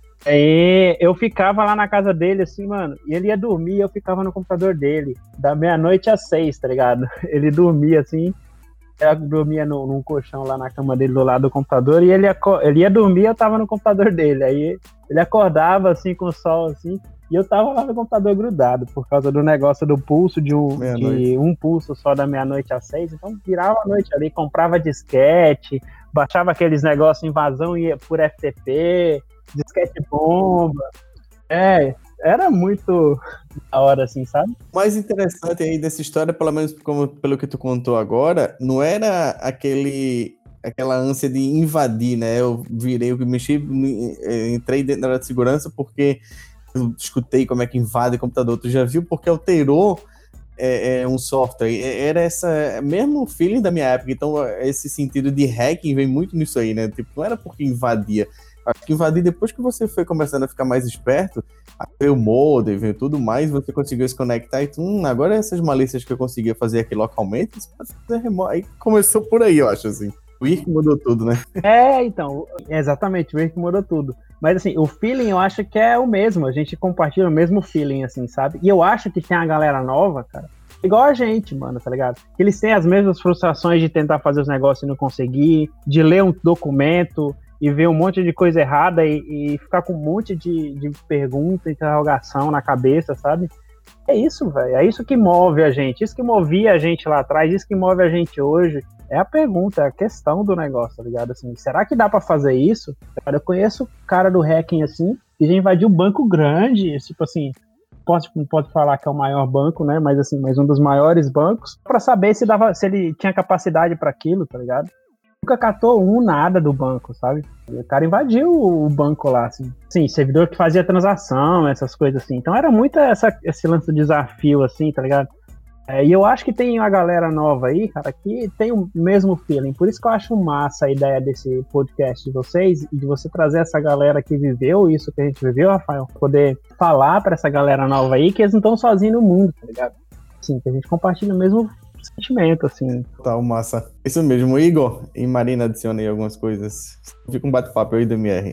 Aí eu ficava lá na casa dele, assim, mano, e ele ia dormir e eu ficava no computador dele, da meia-noite às seis, tá ligado? Ele dormia, assim, eu dormia no, num colchão lá na cama dele do lado do computador e ele, ele ia dormir e eu tava no computador dele. Aí ele acordava, assim, com o sol, assim, e eu tava lá no computador grudado, por causa do negócio do pulso, de um, de um pulso só da meia-noite às seis, então virava a noite ali, comprava disquete, baixava aqueles negócios invasão ia por F T P, disquete bomba, é, era muito da hora, assim, sabe? O mais interessante aí dessa história, pelo menos como, pelo que tu contou agora, não era aquele, aquela ânsia de invadir, né? Eu virei, eu mexi, entrei dentro da área de segurança porque eu escutei como é que invade o computador. Tu já viu porque alterou é, é, um software? Era essa mesmo feeling da minha época. Então, esse sentido de hacking vem muito nisso aí, né? Tipo, não era porque invadia. Acho que invadir, depois que você foi começando a ficar mais esperto, veio o modem, veio tudo mais, você conseguiu se conectar e hum, agora essas malícias que eu conseguia fazer aqui localmente, isso pode fazer remoto. Aí começou por aí, eu acho, assim. O I R C mudou tudo, né? É, então, exatamente, o I R C mudou tudo. Mas assim, o feeling eu acho que é o mesmo, a gente compartilha o mesmo feeling, assim, sabe? E eu acho que tem a galera nova, cara, igual a gente, mano, tá ligado? Eles têm as mesmas frustrações de tentar fazer os negócios e não conseguir, de ler um documento e ver um monte de coisa errada e, e ficar com um monte de, de pergunta, interrogação na cabeça, sabe? É isso, velho. É isso que move a gente. Isso que movia a gente lá atrás, isso que move a gente hoje. É a pergunta, é a questão do negócio, tá ligado? Assim, será que dá pra fazer isso? Cara, eu conheço cara do hacking, assim, que já invadiu banco grande, tipo assim, posso, não pode falar que é o maior banco, né? Mas assim, mas um dos maiores bancos, pra saber se, dava, se ele tinha capacidade pra aquilo, tá ligado? Nunca catou um nada do banco, sabe? O cara invadiu o banco lá, assim. Sim, servidor que fazia transação, essas coisas assim. Então era muito essa, esse lance do desafio, assim, tá ligado? É, e eu acho que tem uma galera nova aí, cara, que tem o mesmo feeling. Por isso que eu acho massa a ideia desse podcast de vocês e de você trazer essa galera que viveu isso que a gente viveu, Rafael. Poder falar pra essa galera nova aí que eles não estão sozinhos no mundo, tá ligado? Sim, que a gente compartilha o mesmo sentimento, assim. Tá, massa. Isso mesmo, Igor e Marina, adicionei algumas coisas. Fica um bate-papo aí do M R.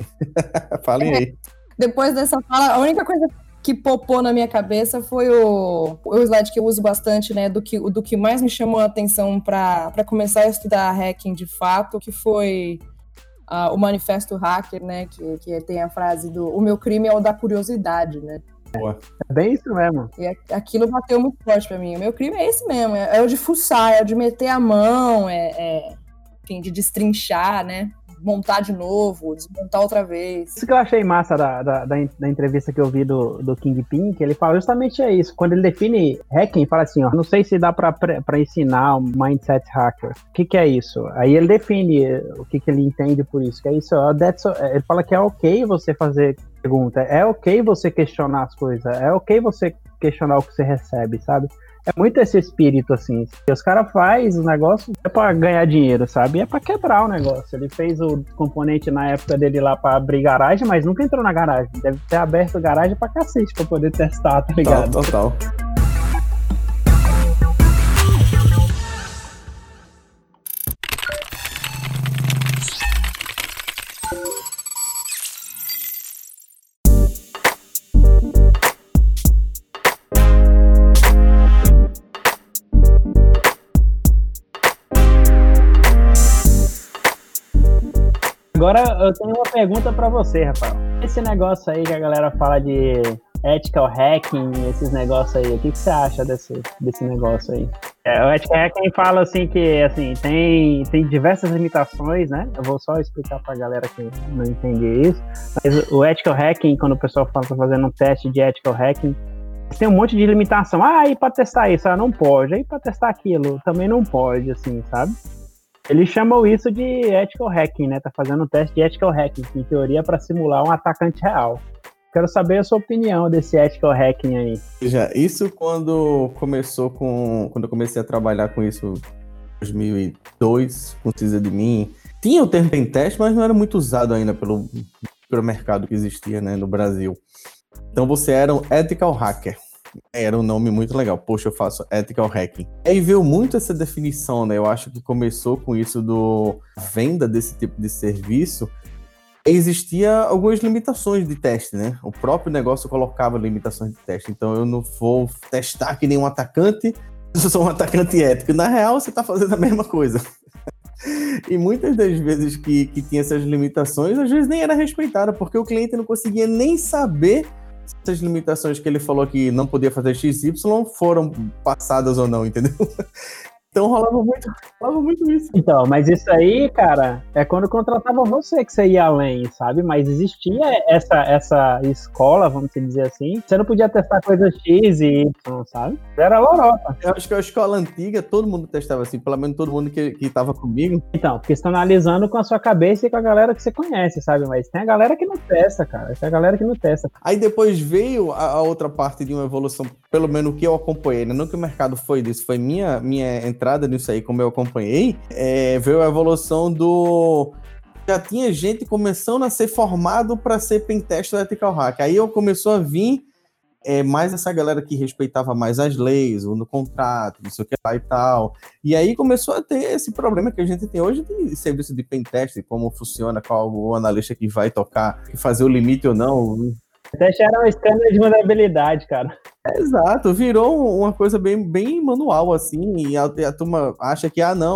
Falem aí. Depois dessa fala, a única coisa que popou na minha cabeça foi o, o slide que eu uso bastante, né, do que, do que mais me chamou a atenção para começar a estudar hacking de fato, que foi uh, o Manifesto Hacker, né, que, que tem a frase do o meu crime é o da curiosidade, né. Boa. É bem isso mesmo. E aquilo bateu muito forte pra mim. O meu crime é esse mesmo, é, é o de fuçar, é o de meter a mão, é, é enfim, de destrinchar, né? Montar de novo, desmontar outra vez. Isso que eu achei massa da, da, da entrevista que eu vi do, do Kingpin, que ele fala justamente é isso. Quando ele define hacking, fala assim, ó, não sei se dá pra, pra ensinar um mindset hacker. O que que é isso? Aí ele define o que que ele entende por isso. Que é isso, ó, that's, ele fala que é ok você fazer pergunta, é ok você questionar as coisas, é ok você questionar o que você recebe, sabe? É muito esse espírito, assim. Os caras fazem o negócio é pra ganhar dinheiro, sabe? E é pra quebrar o negócio. Ele fez o componente na época dele lá pra abrir garagem, mas nunca entrou na garagem. Deve ter aberto garagem pra cacete pra poder testar, tá ligado? Total, total. Agora eu tenho uma pergunta pra você, Rafael. Esse negócio aí que a galera fala de ethical hacking, esses negócios aí, o que, que você acha desse, desse negócio aí? É, o ethical hacking fala assim que assim, tem, tem diversas limitações, né? Eu vou só explicar pra galera que não entende isso. Mas o ethical hacking, quando o pessoal fala que tá fazendo um teste de ethical hacking, tem um monte de limitação. Ah, e pra testar isso? Ah, não pode. Aí pra testar aquilo? Também não pode, assim, sabe? Eles chamam isso de ethical hacking, né? Tá fazendo um teste de ethical hacking, em teoria para simular um atacante real. Quero saber a sua opinião desse ethical hacking aí. Já, isso quando começou com... Quando eu comecei a trabalhar com isso em dois mil e dois, com Cisa de Mim, tinha o termo pentest, mas não era muito usado ainda pelo, pelo mercado que existia, né, no Brasil. Então você era um ethical hacker. Era um nome muito legal. Poxa, eu faço ethical hacking. Aí veio muito essa definição, né? Eu acho que começou com isso do venda desse tipo de serviço. Existia algumas limitações de teste, né? O próprio negócio colocava limitações de teste. Então eu não vou testar que nem um atacante, eu sou um atacante ético. Na real, você está fazendo a mesma coisa. E muitas das vezes que, que tinha essas limitações, às vezes nem era respeitada, porque o cliente não conseguia nem saber se essas limitações que ele falou que não podia fazer X Y foram passadas ou não, entendeu? Então rolava muito, rolava muito isso. Então, mas isso aí, cara, é quando contratavam você que você ia além, sabe? Mas existia essa, essa escola, vamos dizer assim, você não podia testar coisas X e Y, sabe? Era lorota. Eu acho que a escola antiga, todo mundo testava assim, pelo menos todo mundo que, que tava comigo. Então, porque você tá analisando com a sua cabeça e com a galera que você conhece, sabe? Mas tem a galera que não testa, cara. Tem a galera que não testa. Aí depois veio a, a outra parte de uma evolução, pelo menos o que eu acompanhei, né? Não que o mercado foi disso, foi minha, minha entrada nisso aí, como eu acompanhei, é, veio a evolução do... Já tinha gente começando a ser formado para ser pentester ethical hack. Aí eu começou a vir é, mais essa galera que respeitava mais as leis, o no contrato, não sei o que lá e tal. E aí começou a ter esse problema que a gente tem hoje de serviço de pentest, como funciona, qual o analista que vai tocar, que fazer o limite ou não. O teste era um escândalo de vulnerabilidade, cara. Exato, virou uma coisa bem, bem manual, assim, e a, a turma acha que, ah, não,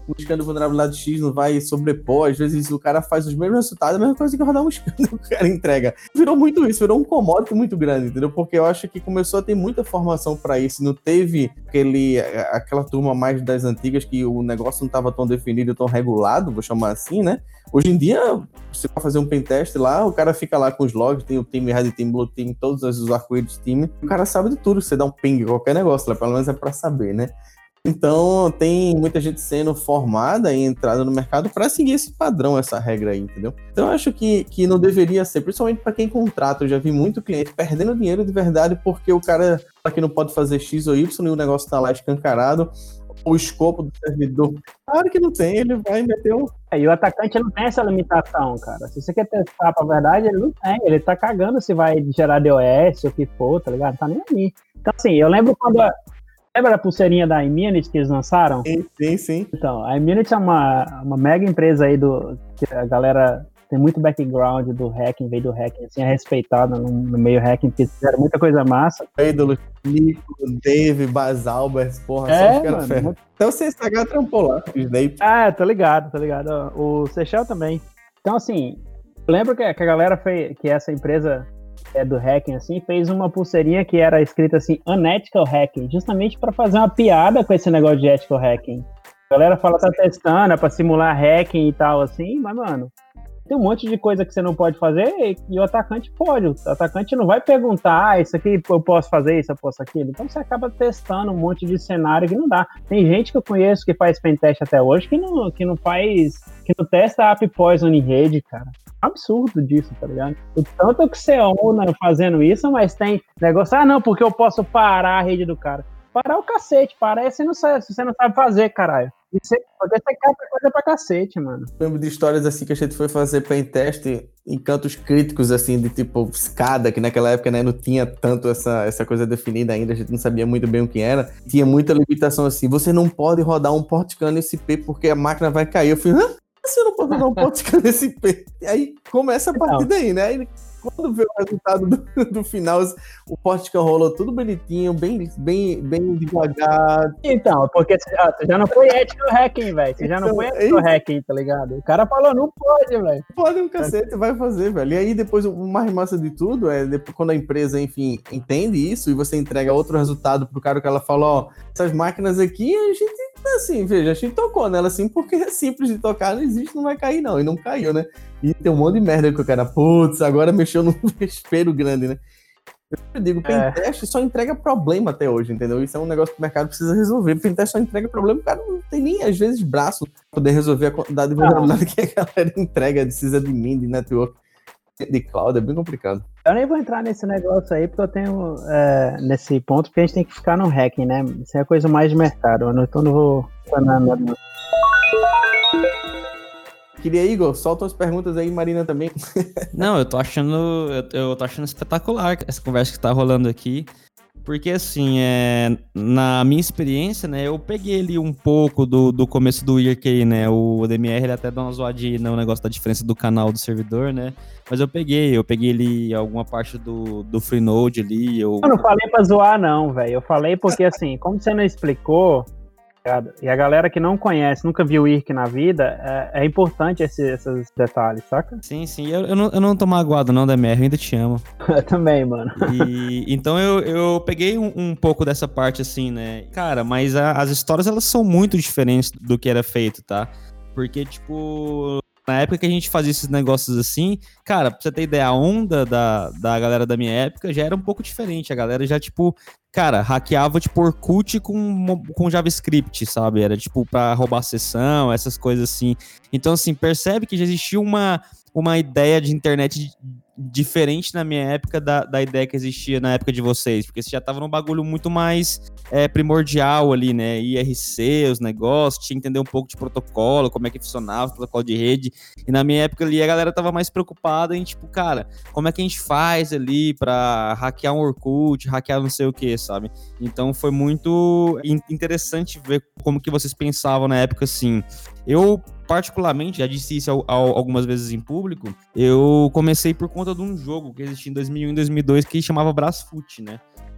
scan de vulnerabilidade X não vai sobrepor, às vezes o cara faz os mesmos resultados, a mesma coisa que rodar um scan que o cara entrega. Virou muito isso, virou um commodity muito grande, entendeu? Porque eu acho que começou a ter muita formação pra isso, não teve aquele, aquela turma mais das antigas que o negócio não estava tão definido, tão regulado, vou chamar assim, né? Hoje em dia, você vai fazer um pentest lá, o cara fica lá com os logs, tem o time Red Team, Blue Team, todos os arco-íris time, o cara sabe de tudo, você dá um ping, qualquer negócio lá, pelo menos é pra saber, né? Então, tem muita gente sendo formada e entrada no mercado para seguir esse padrão, essa regra aí, entendeu? Então, eu acho que, que não deveria ser, principalmente para quem contrata. Eu já vi muito cliente perdendo dinheiro de verdade porque o cara que não pode fazer X ou Y e o negócio tá lá escancarado. O escopo do servidor, claro que não tem, ele vai meter um... É, e o atacante não tem essa limitação, cara. Se você quer testar pra verdade, ele não tem. Ele tá cagando se vai gerar D O S ou o que for, tá ligado? Tá nem aí. Então, assim, eu lembro quando... A... Lembra a pulseirinha da Immunity que eles lançaram? Sim, sim, sim. Então, a Immunity é uma, uma mega empresa aí do... que a galera tem muito background do hacking, veio do hacking, assim, é respeitada no, no meio hacking, porque fizeram muita coisa massa. Ídolo, Nico, Dave, Baz Albers, porra, é, só os caras ferram. Muito... Então o C S H trampou lá, os Dave. Ah, tô ligado, tô ligado. O Seychelles também. Então, assim, eu lembro que, que a galera fez, que essa empresa é do hacking, assim, fez uma pulseirinha que era escrita assim, unethical hacking, justamente para fazer uma piada com esse negócio de ethical hacking. A galera fala, tá testando, é pra simular hacking e tal, assim, mas, mano, tem um monte de coisa que você não pode fazer e, e o atacante pode. O atacante não vai perguntar, ah, isso aqui eu posso fazer, isso eu posso aquilo. Então você acaba testando um monte de cenário que não dá. Tem gente que eu conheço que faz pentest até hoje que não, que não faz, que não testa app poison em rede, cara. Absurdo disso, tá ligado? O tanto que você ona fazendo isso, mas tem negócio, ah não, porque eu posso parar a rede do cara. Parar o cacete, parar é se não sabe, se você não sabe fazer, caralho. E você, você cata coisa pra cacete, mano. Eu lembro de histórias assim que a gente foi fazer pentest em cantos críticos, assim, de tipo escada, que naquela época, né, não tinha tanto essa, essa coisa definida ainda, a gente não sabia muito bem o que era. Tinha muita limitação assim, você não pode rodar um portcan S P porque a máquina vai cair. Eu fui, hã? Você não pode rodar um portcan S P? E aí começa a partir daí, né? Aí, quando vê o resultado do, do final, o portcan rolou tudo bonitinho, bem, bem, bem devagar. Então, porque você já, você já não foi ethical hacking, velho. Você já não Então, foi ethical hacking, tá ligado? O cara falou, não pode, velho. Pode um cacete, vai fazer, velho. E aí depois, o mais massa de tudo é depois, quando a empresa, enfim, entende isso e você entrega outro resultado pro cara que ela fala, ó, essas máquinas aqui, a gente, assim, veja, a gente tocou nela assim, porque é simples de tocar, não existe, não vai cair não. E não caiu, né? E tem um monte de merda que o cara, putz, agora mexeu num vespeiro grande, né? Eu digo, pentest é. só entrega problema até hoje, entendeu? Isso é um negócio que o mercado precisa resolver. Pentest só entrega problema, o cara não tem nem, às vezes, braço pra poder resolver a quantidade de vulnerabilidade que a galera entrega, precisa de mim, de network, de cloud, é bem complicado. Eu nem vou entrar nesse negócio aí, porque eu tenho, é, nesse ponto, porque a gente tem que ficar no hacking, né? Isso é a coisa mais de mercado, então não vou... Queria, Igor, solta umas perguntas aí, Marina também. Não, eu tô achando, eu, eu tô achando espetacular essa conversa que tá rolando aqui, porque assim, é, na minha experiência, né, eu peguei ali um pouco do, do começo do I R K, né, o D M R ele até dá uma zoadinha no negócio da diferença do canal do servidor, né, mas eu peguei, eu peguei ali alguma parte do, do Freenode ali. Eu... eu não falei pra zoar não, velho, eu falei porque assim, como você não explicou, e a galera que não conhece, nunca viu o I R C na vida, é, é importante esse, esses detalhes, saca? Sim, sim. Eu, eu, não, eu não tô magoado não, D M R, eu ainda te amo. Eu também, mano. E, então eu, eu peguei um, um pouco dessa parte assim, né? Cara, mas a, as histórias, elas são muito diferentes do que era feito, tá? Porque, tipo... Na época que a gente fazia esses negócios assim, cara, pra você ter ideia, a onda da, da galera da minha época já era um pouco diferente. A galera já, tipo, cara, hackeava, tipo, Orkut com, com JavaScript, sabe? Era, tipo, pra roubar a sessão, essas coisas assim. Então, assim, percebe que já existia uma, uma ideia de internet diferente na minha época da, da ideia que existia na época de vocês, porque você já tava num bagulho muito mais é, primordial ali, né, I R C, os negócios, tinha que entender um pouco de protocolo, como é que funcionava, protocolo de rede, e na minha época ali a galera tava mais preocupada em, tipo, cara, como é que a gente faz ali pra hackear um Orkut, hackear não sei o que, sabe? Então foi muito interessante ver como que vocês pensavam na época, assim. Eu, particularmente, já disse isso ao, ao, algumas vezes em público, eu comecei por conta de um jogo que existia em dois mil e um e dois mil e dois que chamava Brasfoot, né?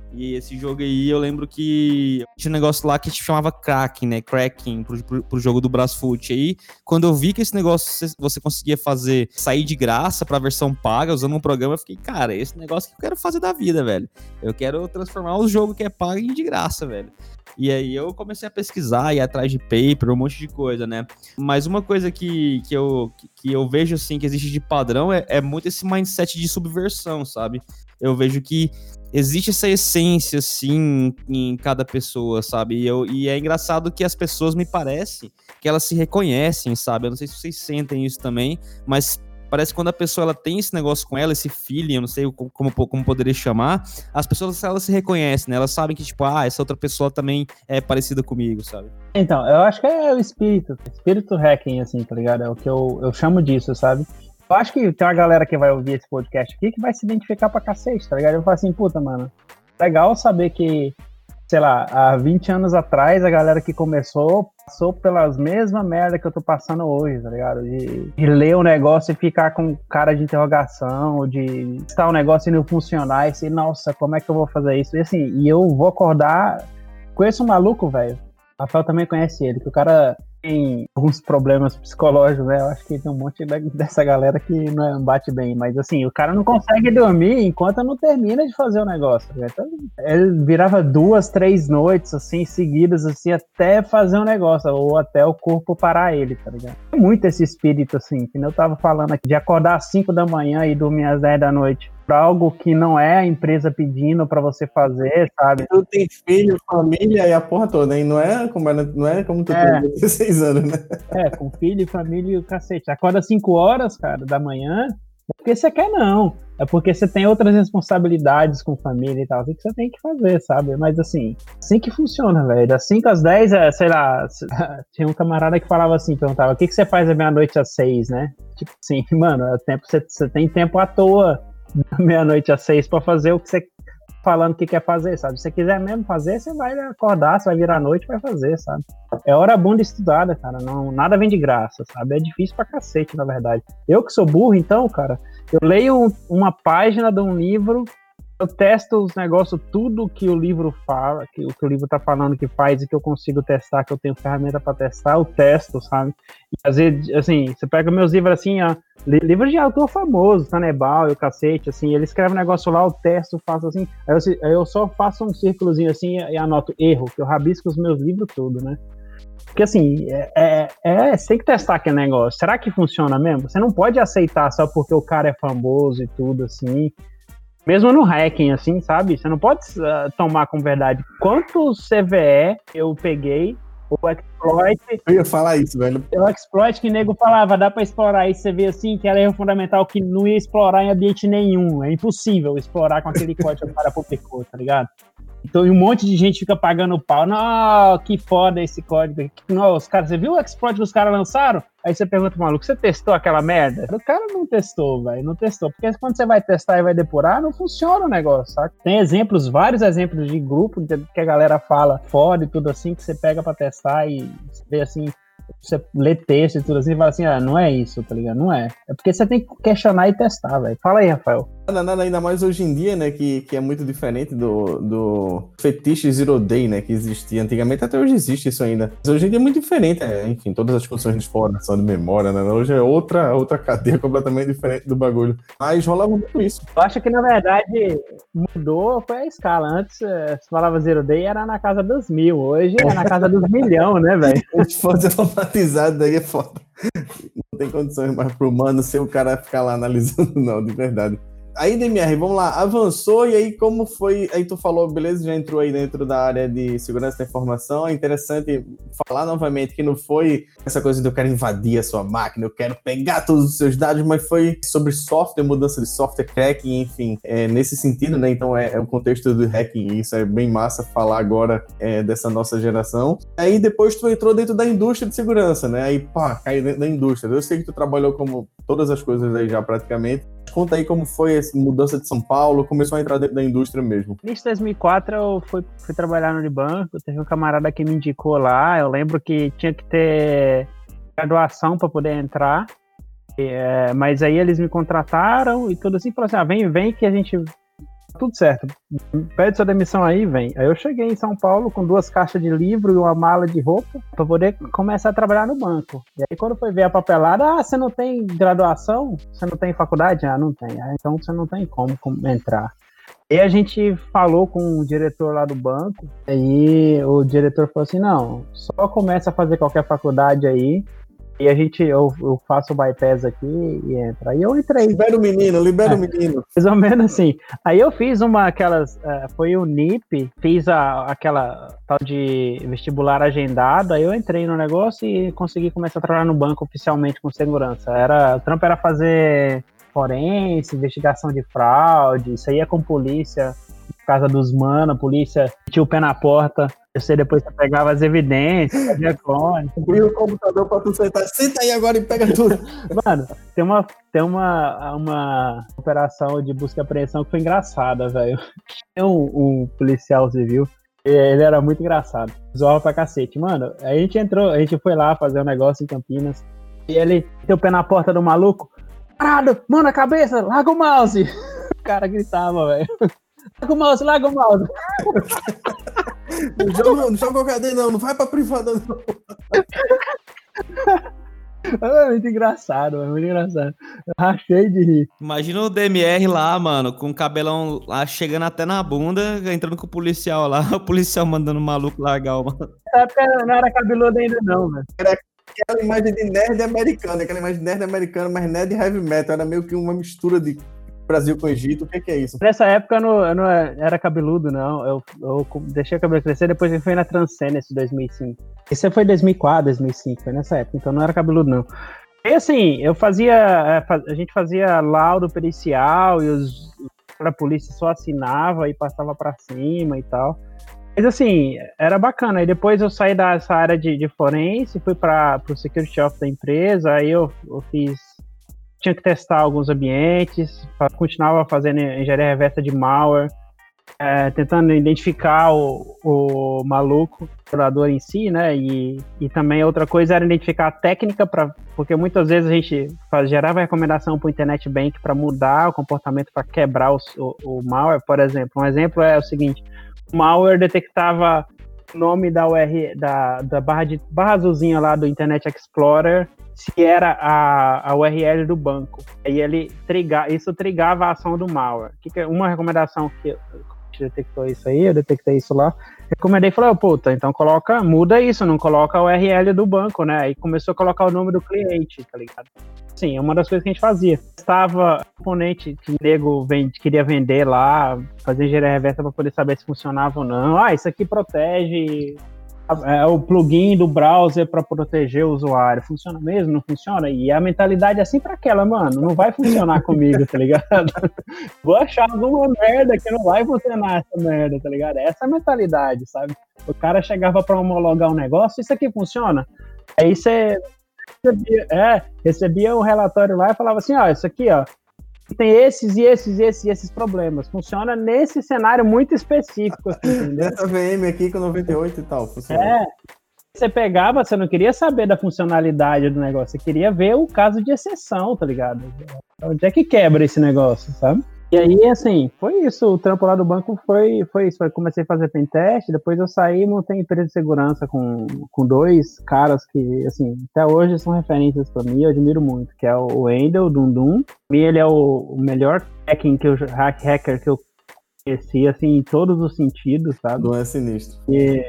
E esse jogo aí, eu lembro que tinha um negócio lá que a gente chamava cracking, né? Cracking pro, pro, pro jogo do Brasfoot. Aí, quando eu vi que esse negócio você conseguia fazer, sair de graça pra versão paga, usando um programa, eu fiquei, cara, esse negócio que eu quero fazer da vida, velho. Eu quero transformar o jogo que é pago em de graça, velho. E aí eu comecei a pesquisar, ir atrás de paper, um monte de coisa, né? Mas uma coisa que, que, eu, que eu vejo, assim, que existe de padrão é, é muito esse mindset de subversão, sabe? Eu vejo que existe essa essência, assim, em cada pessoa, sabe? E, eu, e é engraçado que as pessoas, me parece, que elas se reconhecem, sabe? Eu não sei se vocês sentem isso também, mas parece que quando a pessoa ela tem esse negócio com ela, esse feeling, eu não sei como, como, como poderia chamar, as pessoas elas se reconhecem, né? Elas sabem que, tipo, ah, essa outra pessoa também é parecida comigo, sabe? Então, eu acho que é o espírito, espírito hacking, assim, tá ligado? É o que eu, eu chamo disso, sabe? Eu acho que tem uma galera que vai ouvir esse podcast aqui que vai se identificar pra cacete, tá ligado? Eu falo assim, puta, mano, legal saber que, sei lá, há vinte anos atrás, a galera que começou passou pelas mesmas merdas que eu tô passando hoje, tá ligado? De, de ler o negócio e ficar com cara de interrogação, de estar o negócio e não funcionar, e assim, nossa, como é que eu vou fazer isso? E assim, e eu vou acordar, conheço um maluco, velho, o Rafael também conhece ele, que o cara tem alguns problemas psicológicos, né? Eu acho que tem um monte dessa galera que não bate bem, mas assim, o cara não consegue dormir enquanto não termina de fazer o negócio. Né? Então, ele virava duas, três noites, assim, seguidas, assim, até fazer um negócio, ou até o corpo parar ele, tá ligado? É muito esse espírito, assim, que eu tava falando aqui, de acordar às cinco da manhã e dormir às dez da noite. Pra algo que não é a empresa pedindo pra você fazer, sabe? Tu tem filho, família e a porra toda, hein? Não é como, era, não é como tu é. tem dezesseis anos, né? É, com filho, família e o cacete. Acorda cinco horas, cara, da manhã, é porque você quer, não. É porque você tem outras responsabilidades com família e tal, assim que você tem que fazer, sabe? Mas assim, assim que funciona, velho. Das cinco às dez, é, sei lá, tinha um camarada que falava assim, perguntava, o que, que você faz da meia-noite às seis, né? Tipo assim, mano, é tempo, você, você tem tempo à toa da meia-noite às seis pra fazer o que você falando que quer fazer, sabe? Se você quiser mesmo fazer, você vai acordar, você vai virar a noite e vai fazer, sabe? É hora bunda estudada, cara. Não, nada vem de graça, sabe? É difícil pra cacete, na verdade. Eu que sou burro, então, cara, eu leio uma página de um livro, eu testo os negócios, tudo que o livro fala, que o que o livro tá falando que faz e que eu consigo testar, que eu tenho ferramenta pra testar, eu testo, sabe? E às vezes, assim, você pega meus livros assim, ó, livros de autor famoso, Tanebal e o cacete, assim, ele escreve um negócio lá, eu testo, faço assim, aí eu, aí eu só faço um círculozinho assim e anoto erro, que eu rabisco os meus livros tudo, né? Porque assim, é, é, é, você tem que testar aquele negócio. Será que funciona mesmo? Você não pode aceitar só porque o cara é famoso e tudo, assim. Mesmo no hacking, assim, sabe? Você não pode uh, tomar com verdade. Quantos C V E eu peguei, o exploit... Eu ia falar isso, velho. O exploit que o nego falava, dá pra explorar isso, você vê assim, que era erro fundamental que não ia explorar em ambiente nenhum. É impossível explorar com aquele código que o cara publicou, tá ligado? Então, um monte de gente fica pagando pau. Não, que foda esse código. Não, os caras, você viu o exploit que os caras lançaram? Aí você pergunta, maluco, você testou aquela merda? O cara não testou, velho, não testou. Porque quando você vai testar e vai depurar, não funciona o negócio, sabe? Tem exemplos, vários exemplos de grupo que a galera fala foda e tudo assim, que você pega pra testar e vê assim, você lê texto e tudo assim e fala assim, ah, não é isso, tá ligado? Não é. É porque você tem que questionar e testar, velho. Fala aí, Rafael. Nada, nada, ainda mais hoje em dia, né, que, que é muito diferente do, do fetiche Zero Day, né, que existia antigamente, até hoje existe isso ainda. Mas hoje em dia é muito diferente, é, enfim, todas as funções de exploração de memória, né, hoje é outra, outra cadeia completamente diferente do bagulho. Mas rolava muito isso. Eu acho que, na verdade, mudou, foi a escala. Antes, se falava Zero Day, era na casa dos mil, hoje é na casa dos milhão, né, velho? Se fosse automatizado, daí é foda. Não tem condições mais pro humano ser o cara ficar lá analisando, não, de verdade. Aí, D M R, vamos lá, avançou, e aí como foi, aí tu falou, beleza, já entrou aí dentro da área de segurança da informação, é interessante falar novamente que não foi essa coisa de eu quero invadir a sua máquina, eu quero pegar todos os seus dados, mas foi sobre software, mudança de software, hacking, enfim, é, nesse sentido, né, então é, é o contexto do hacking, isso é bem massa falar agora é, dessa nossa geração. Aí depois tu entrou dentro da indústria de segurança, né, aí pá, caiu dentro da indústria, eu sei que tu trabalhou como todas as coisas aí já praticamente. Conta aí como foi essa mudança de São Paulo, começou a entrar dentro da indústria mesmo. Em dois mil e quatro eu fui, fui trabalhar no Unibanco, teve um camarada que me indicou lá, eu lembro que tinha que ter graduação para poder entrar, é, mas aí eles me contrataram e tudo assim, falaram assim, ah, vem, vem que a gente tudo certo, pede sua demissão aí, vem. Aí eu cheguei em São Paulo com duas caixas de livro e uma mala de roupa pra poder começar a trabalhar no banco. E aí quando foi ver a papelada, ah, você não tem graduação? Você não tem faculdade? Ah, não tem. Ah, então você não tem como, como entrar. E a gente falou com o diretor lá do banco, aí o diretor falou assim, não, só começa a fazer qualquer faculdade aí, e a gente, eu, eu faço o bypass aqui e entra. Aí eu entrei. Libera o menino, libera é, o menino. Mais ou menos assim. Aí eu fiz uma, aquelas, uh, foi o N I P, fiz a, aquela tal de vestibular agendado, aí eu entrei no negócio e consegui começar a trabalhar no banco oficialmente com segurança. Era, o trampo era fazer forense, investigação de fraude, isso aí é com polícia, casa dos mano, a polícia tinha o pé na porta, você depois você pegava as evidências, fazia clone. Abriu o computador pra tu sentar, senta aí agora e pega tudo. Mano, tem uma, tem uma, uma operação de busca e apreensão que foi engraçada, velho. Tem um, um policial civil, ele era muito engraçado, zoava pra cacete. Mano, a gente entrou, a gente foi lá fazer um negócio em Campinas, e ele tem o pé na porta do maluco, parado, mão na cabeça, larga o mouse. O cara gritava, velho. Larga o mouse, larga o mouse. Não joga, não joga o cadeia, não, não vai pra privada, não. É muito engraçado, é muito engraçado. Eu rachei de rir. Imagina o D M R lá, mano, com o cabelão lá chegando até na bunda, entrando com o policial lá, o policial mandando o maluco largar o mano. Nessa época não era cabeludo ainda, não, velho. Era aquela imagem de nerd americano, aquela imagem de nerd americano, mas nerd heavy metal, era meio que uma mistura de Brasil com Egito. O que, que é isso? Nessa época eu não, eu não era cabeludo, não. Eu, eu deixei o cabelo crescer, depois eu fui na Transcendence em dois mil e cinco. Isso foi em dois mil e quatro, dois mil e cinco, foi nessa época, então não era cabeludo, não. E assim, eu fazia, a gente fazia laudo pericial e os, a polícia só assinava e passava pra cima e tal. Mas assim, era bacana. Aí depois eu saí dessa área de, de forense, fui para o security office da empresa, aí eu, eu fiz, tinha que testar alguns ambientes, continuava fazendo engenharia reversa de malware, é, tentando identificar o, o maluco, o explorador em si, né, e, e também outra coisa era identificar a técnica, pra, porque muitas vezes a gente faz, gerava recomendação para o Internet Bank para mudar o comportamento, para quebrar o, o, o malware, por exemplo. Um exemplo é o seguinte: o malware detectava o nome da U R da, da barra, de, barra azulzinha lá do Internet Explorer, se era a, a U R L do banco. Aí ele triga, isso trigava a ação do malware. Que que, uma recomendação que detectou isso aí, eu detectei isso lá, recomendei e falei, oh, puta, então coloca, muda isso, não coloca a U R L do banco, né? Aí começou a colocar o nome do cliente, tá ligado? Sim, é uma das coisas que a gente fazia. Estava um componente que o nego vende, queria vender lá, fazer engenharia reversa para poder saber se funcionava ou não. Ah, isso aqui protege é, o plugin do browser para proteger o usuário. Funciona mesmo? Não funciona? E a mentalidade é assim para aquela, mano, não vai funcionar comigo, tá ligado? Vou achar alguma merda que não vai funcionar essa merda, tá ligado? Essa é a mentalidade, sabe? O cara chegava para homologar um negócio, isso aqui funciona? Aí você... Recebia, é, recebia um relatório lá e falava assim, ó, isso aqui, ó, tem esses e esses e esses e esses problemas. Funciona nesse cenário muito específico, assim, entendeu? Essa V M aqui com noventa e oito e tal, funciona. É, você pegava, você não queria saber da funcionalidade do negócio, você queria ver o caso de exceção, tá ligado? Onde é que quebra esse negócio, sabe? E aí, assim, foi isso, o trampo lá do banco foi, foi isso, eu comecei a fazer pentest, depois eu saí e montei empresa de segurança com, com dois caras que, assim, até hoje são referências pra mim, eu admiro muito, que é o Wendel, o Dundum, e ele é o, o melhor hacking que eu, hack, hacker que eu conheci, assim, em todos os sentidos, sabe? Não é sinistro. E...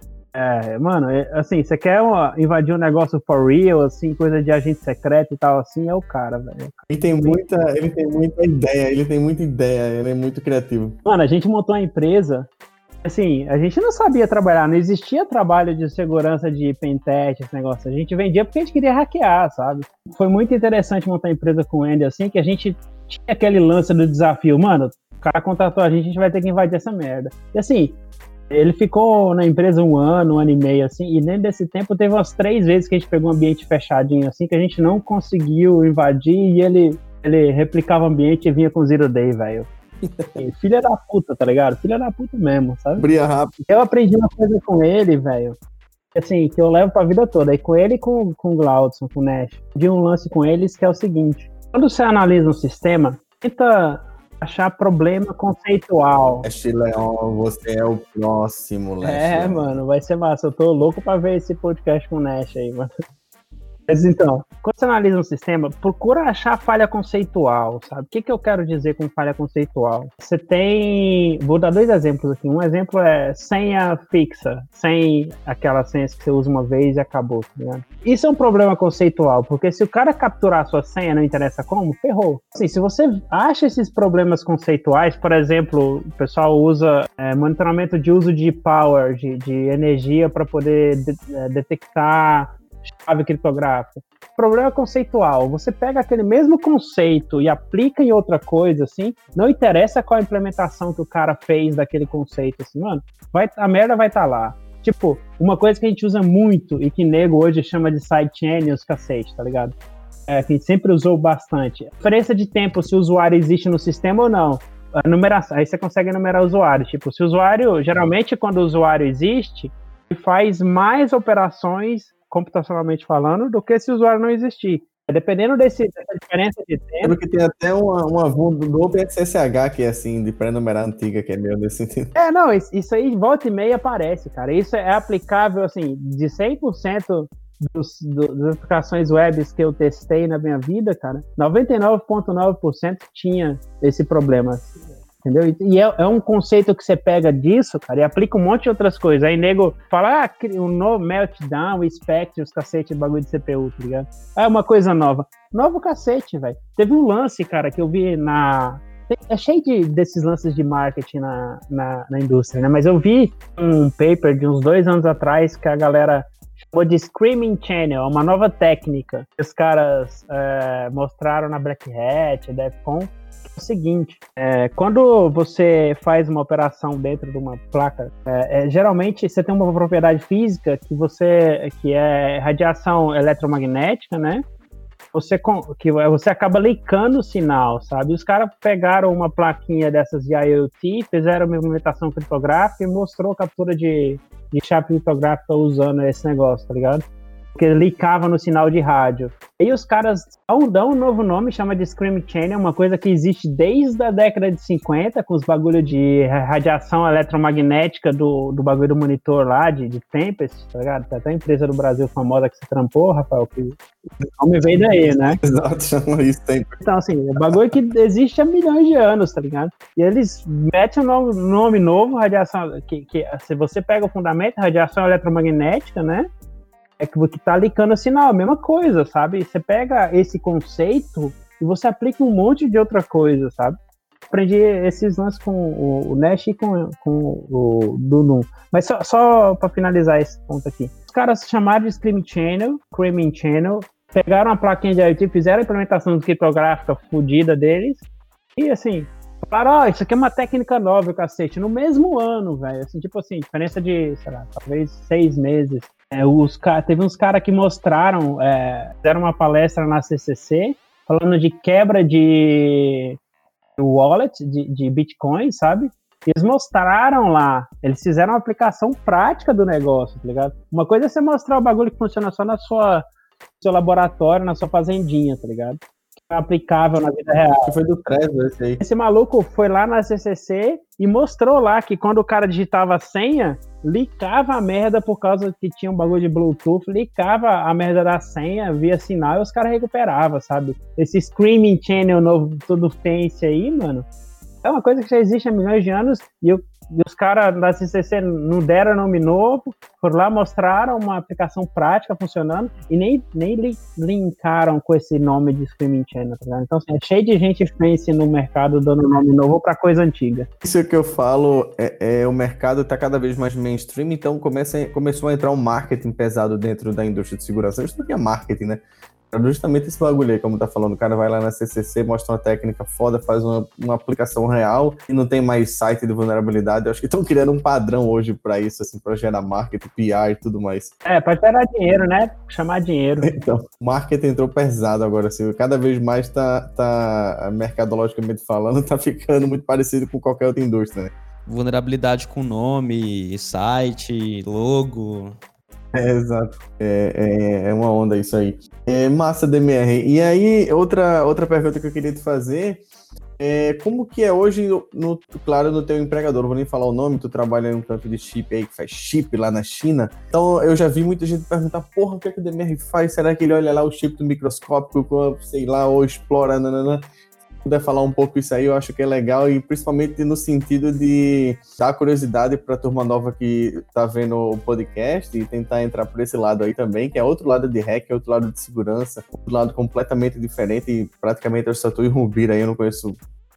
É, mano, é, assim, você quer uma, invadir um negócio for real, assim, coisa de agente secreto e tal, assim, é o cara, velho. Ele tem muita, ele tem muita ideia, ele tem muita ideia, ele é muito criativo. Mano, a gente montou uma empresa, assim, a gente não sabia trabalhar, não existia trabalho de segurança de pentest, esse negócio, a gente vendia porque a gente queria hackear, sabe? Foi muito interessante montar a empresa com o Andy, assim, que a gente tinha aquele lance do desafio, mano, o cara contratou a gente, a gente vai ter que invadir essa merda. E assim... Ele ficou na empresa um ano, um ano e meio, assim, e dentro desse tempo teve umas três vezes que a gente pegou um ambiente fechadinho, assim, que a gente não conseguiu invadir e ele, ele replicava o ambiente e vinha com zero day, velho. Filha da puta, tá ligado? Filha da puta mesmo, sabe? Bria rápido. Eu aprendi uma coisa com ele, velho, assim, que eu levo pra vida toda, e com ele e com, com o Glaudson, com o Nash. De um lance com eles que é o seguinte, quando você analisa um sistema, tenta achar problema conceitual. Leste Leon, você é o próximo, Leste É, Leon. mano, vai ser massa. Eu tô louco pra ver esse podcast com o Nash aí, mano. Mas então, quando você analisa um sistema, procura achar falha conceitual, sabe? O que, que eu quero dizer com falha conceitual? Você tem... Vou dar dois exemplos aqui. Um exemplo é senha fixa, sem aquelas senhas que você usa uma vez e acabou, tá ligado? Isso é um problema conceitual, porque se o cara capturar a sua senha, não interessa como, ferrou. Assim, se você acha esses problemas conceituais, por exemplo, o pessoal usa é, monitoramento de uso de power, de, de energia para poder de, é, detectar chave criptográfica. Problema conceitual. Você pega aquele mesmo conceito e aplica em outra coisa, assim, não interessa qual a implementação que o cara fez daquele conceito, assim, mano, vai, a merda vai estar tá lá. Tipo, uma coisa que a gente usa muito e que nego hoje chama de sidechain e os cacete, tá ligado? É, que a gente sempre usou bastante. A diferença de tempo se o usuário existe no sistema ou não. A numeração, aí você consegue enumerar usuários. Tipo, se o usuário, geralmente quando o usuário existe, ele faz mais operações computacionalmente falando, do que se o usuário não existir. Dependendo desse, dessa diferença de tempo... Lembro que tem até uma, uma V U do OpenSSH que é assim, de pré-numerar antiga, que é meio nesse sentido. É, não, isso aí volta e meia aparece, cara. Isso é aplicável, assim, de cem por cento dos, do, das aplicações web que eu testei na minha vida, cara, noventa e nove vírgula nove por cento tinha esse problema. Entendeu? E é, é um conceito que você pega disso, cara, e aplica um monte de outras coisas. Aí nego fala, ah, o no Meltdown, o Spectre, os cacete, bagulho de C P U, tá ligado? Ah, é uma coisa nova. Novo cacete, velho. Teve um lance, cara, que eu vi na... É cheio de, desses lances de marketing na, na, na indústria, né? Mas eu vi um paper de uns dois anos atrás que a galera chamou de Screaming Channel, uma nova técnica que os caras é, mostraram na Black Hat, DEFCON. O seguinte, é, quando você faz uma operação dentro de uma placa, é, é, geralmente você tem uma propriedade física que você que é radiação eletromagnética, né? Você, que você acaba leakando o sinal, sabe? Os caras pegaram uma plaquinha dessas de I O T, fizeram uma implementação criptográfica e mostrou captura de, de chave criptográfica usando esse negócio, tá ligado? Que leakava no sinal de rádio. E os caras dão um novo nome, chama de Scream Channel, uma coisa que existe desde a década de cinquenta, com os bagulhos de radiação eletromagnética do, do bagulho do monitor lá, de, de Tempest, tá ligado? Tem até a empresa do Brasil famosa que se trampou, Rafael, que o nome veio daí, né? Exato, chama isso Tempest. Então, assim, é um bagulho que existe há milhões de anos, tá ligado? E eles metem um nome, nome novo, radiação, que, que se você pega o fundamento, radiação eletromagnética, né? É que você tá ligando o sinal, a mesma coisa, sabe? Você pega esse conceito e você aplica um monte de outra coisa, sabe? Aprendi esses lances com o, o Nash e com, com o Dunu. Mas só, só para finalizar esse ponto aqui. Os caras chamaram de Scream Channel, Screaming Channel, pegaram a plaquinha de I O T, fizeram a implementação criptográfica fodida deles e, assim, falaram, ó, oh, isso aqui é uma técnica nova, cacete. No mesmo ano, velho. Assim, tipo assim, diferença de, sei lá, talvez seis meses. É, os, teve uns caras que mostraram, é, fizeram uma palestra na C C C, falando de quebra de wallet, de, de Bitcoin, sabe? E eles mostraram lá, eles fizeram uma aplicação prática do negócio, tá ligado? Uma coisa é você mostrar o bagulho que funciona só na sua, no seu laboratório, na sua fazendinha, tá ligado? Que é aplicável na vida real. Que foi do Trezor esse aí. Esse maluco foi lá na C C C e mostrou lá que quando o cara digitava a senha, licava a merda por causa que tinha um bagulho de Bluetooth, licava a merda da senha via sinal e os caras recuperavam, sabe? Esse Screaming Channel novo, todo fancy aí, mano, é uma coisa que já existe há milhões de anos e, eu, e os caras da C C C não deram nome novo, foram lá, mostraram uma aplicação prática funcionando e nem, nem li, linkaram com esse nome de Screaming Channel, tá ligado? Então, assim, é cheio de gente fancy no mercado dando nome novo pra coisa antiga. Isso que eu falo, é, é o mercado tá cada vez mais mainstream, então começa, começou a entrar um marketing pesado dentro da indústria de segurança. Isso não é marketing, né? Justamente esse bagulho aí, como tá falando, o cara vai lá na C C C, mostra uma técnica foda, faz uma, uma aplicação real e não tem mais site de vulnerabilidade. Eu acho que estão criando um padrão hoje pra isso, assim, pra gerar marketing, P R e tudo mais. É, pra gerar dinheiro, né? Chamar dinheiro. Então, o marketing entrou pesado agora, assim, cada vez mais tá, tá mercadologicamente falando, tá ficando muito parecido com qualquer outra indústria, né? Vulnerabilidade com nome, site, logo... É, exato. É, é, é uma onda isso aí. É, massa, D M R. E aí, outra, outra pergunta que eu queria te fazer É, como que é hoje, no, no, claro, no teu empregador, não vou nem falar o nome, tu trabalha em um canto de chip aí, que faz chip lá na China, então eu já vi muita gente perguntar, porra, o que é que o D M R faz? Será que ele olha lá o chip do microscópio, sei lá, ou explora, nananã? Se puder falar um pouco isso aí, eu acho que é legal, e principalmente no sentido de dar curiosidade para a turma nova que tá vendo o podcast e tentar entrar por esse lado aí também, que é outro lado de hack, é outro lado de segurança, outro lado completamente diferente, e praticamente eu só tô em Rumbira aí, eu não conheço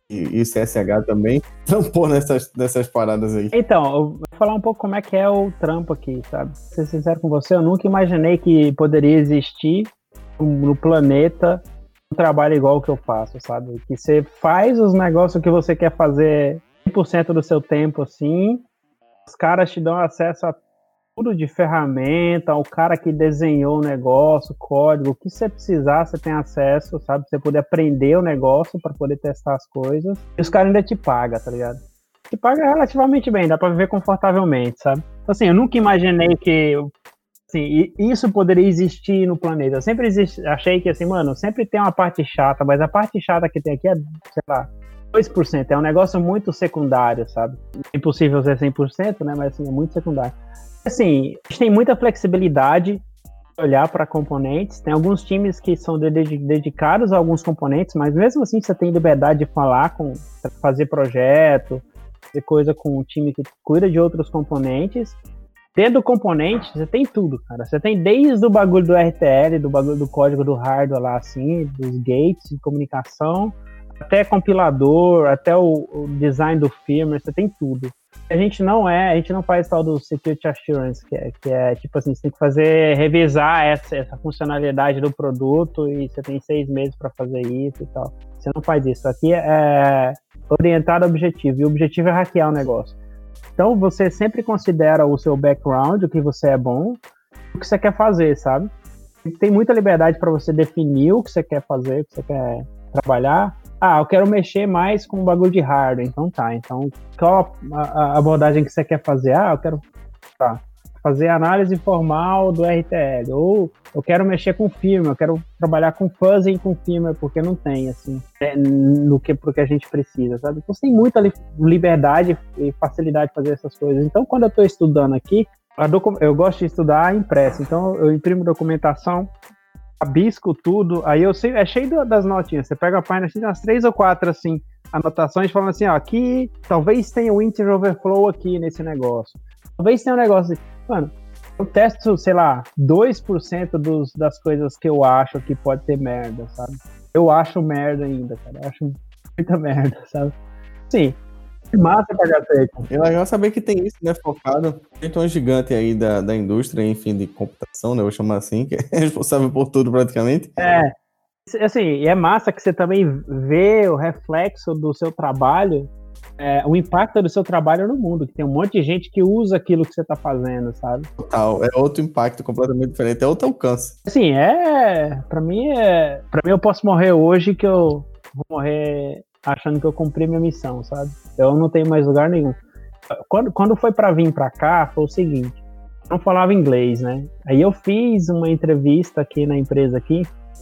e C S H também, não pôr nessas, nessas paradas aí. Então, eu vou falar um pouco como é que é o trampo aqui, sabe? Pra ser sincero com você, eu nunca imaginei que poderia existir no planeta um trabalho igual o que eu faço, sabe? Que você faz os negócios que você quer fazer cem por cento do seu tempo, assim, os caras te dão acesso a tudo de ferramenta, o cara que desenhou o negócio, código, o que você precisar, você tem acesso, sabe? Você poder aprender o negócio para poder testar as coisas. E os caras ainda te pagam, tá ligado? Te paga relativamente bem, dá para viver confortavelmente, sabe? Então, assim, eu nunca imaginei que assim, isso poderia existir no planeta. Eu sempre existe, achei que, assim, mano, sempre tem uma parte chata, mas a parte chata que tem aqui é, sei lá, dois por cento. É um negócio muito secundário, sabe? É impossível ser cem por cento, né? Mas, assim, é muito secundário. Assim, a gente tem muita flexibilidade para olhar para componentes. Tem alguns times que são dedicados a alguns componentes, mas mesmo assim você tem liberdade de falar, com, fazer projeto, fazer coisa com um time que cuida de outros componentes. Dentro do componente, você tem tudo, cara. Você tem desde o bagulho do R T L, do bagulho do código do hardware lá, assim, dos gates de comunicação, até compilador, até o, o design do firmware, você tem tudo. A gente não é, a gente não faz tal do Security Assurance, que é, que é tipo assim, você tem que fazer, revisar essa, essa funcionalidade do produto e você tem seis meses para fazer isso e tal. Você não faz isso. Aqui é orientado ao objetivo, e o objetivo é hackear o negócio. Então você sempre considera o seu background, o que você é bom, o que você quer fazer, sabe? Tem muita liberdade para você definir o que você quer fazer, o que você quer trabalhar. Ah, eu quero mexer mais com o bagulho de hardware, então tá. Então, qual a, a abordagem que você quer fazer? Ah, eu quero tá, fazer análise formal do R T L, ou eu quero mexer com firmware, eu quero trabalhar com fuzzing com firmware, porque não tem, assim, é, no que, pro que a gente precisa, sabe? Então, você tem muita li- liberdade e facilidade de fazer essas coisas. Então, quando eu estou estudando aqui, docu- eu gosto de estudar impresso, então eu imprimo documentação, rabisco tudo, aí eu sei, é cheio das notinhas, você pega a página, tem umas três ou quatro, assim, anotações falando assim, ó, aqui, talvez tenha o integer overflow aqui nesse negócio, talvez tenha um negócio, assim. Mano, eu testo, sei lá, dois por cento dos, das coisas que eu acho que pode ter merda, sabe? Eu acho merda ainda, cara, eu acho muita merda, sabe? Sim. Massa pra cacete. É legal saber que tem isso, né, focado. Tem um gigante aí da, da indústria, enfim, de computação, né, vou chamar assim, que é responsável por tudo praticamente. É, assim, e é massa que você também vê o reflexo do seu trabalho, é, o impacto do seu trabalho no mundo, que tem um monte de gente que usa aquilo que você tá fazendo, sabe? Total, é outro impacto completamente diferente, é outro alcance. Assim, é, pra mim, é, pra mim eu posso morrer hoje que eu vou morrer achando que eu cumpri minha missão, sabe? Eu não tenho mais lugar nenhum. Quando, quando foi pra vir pra cá, foi o seguinte, eu não falava inglês, né? Aí eu fiz uma entrevista aqui na empresa aqui,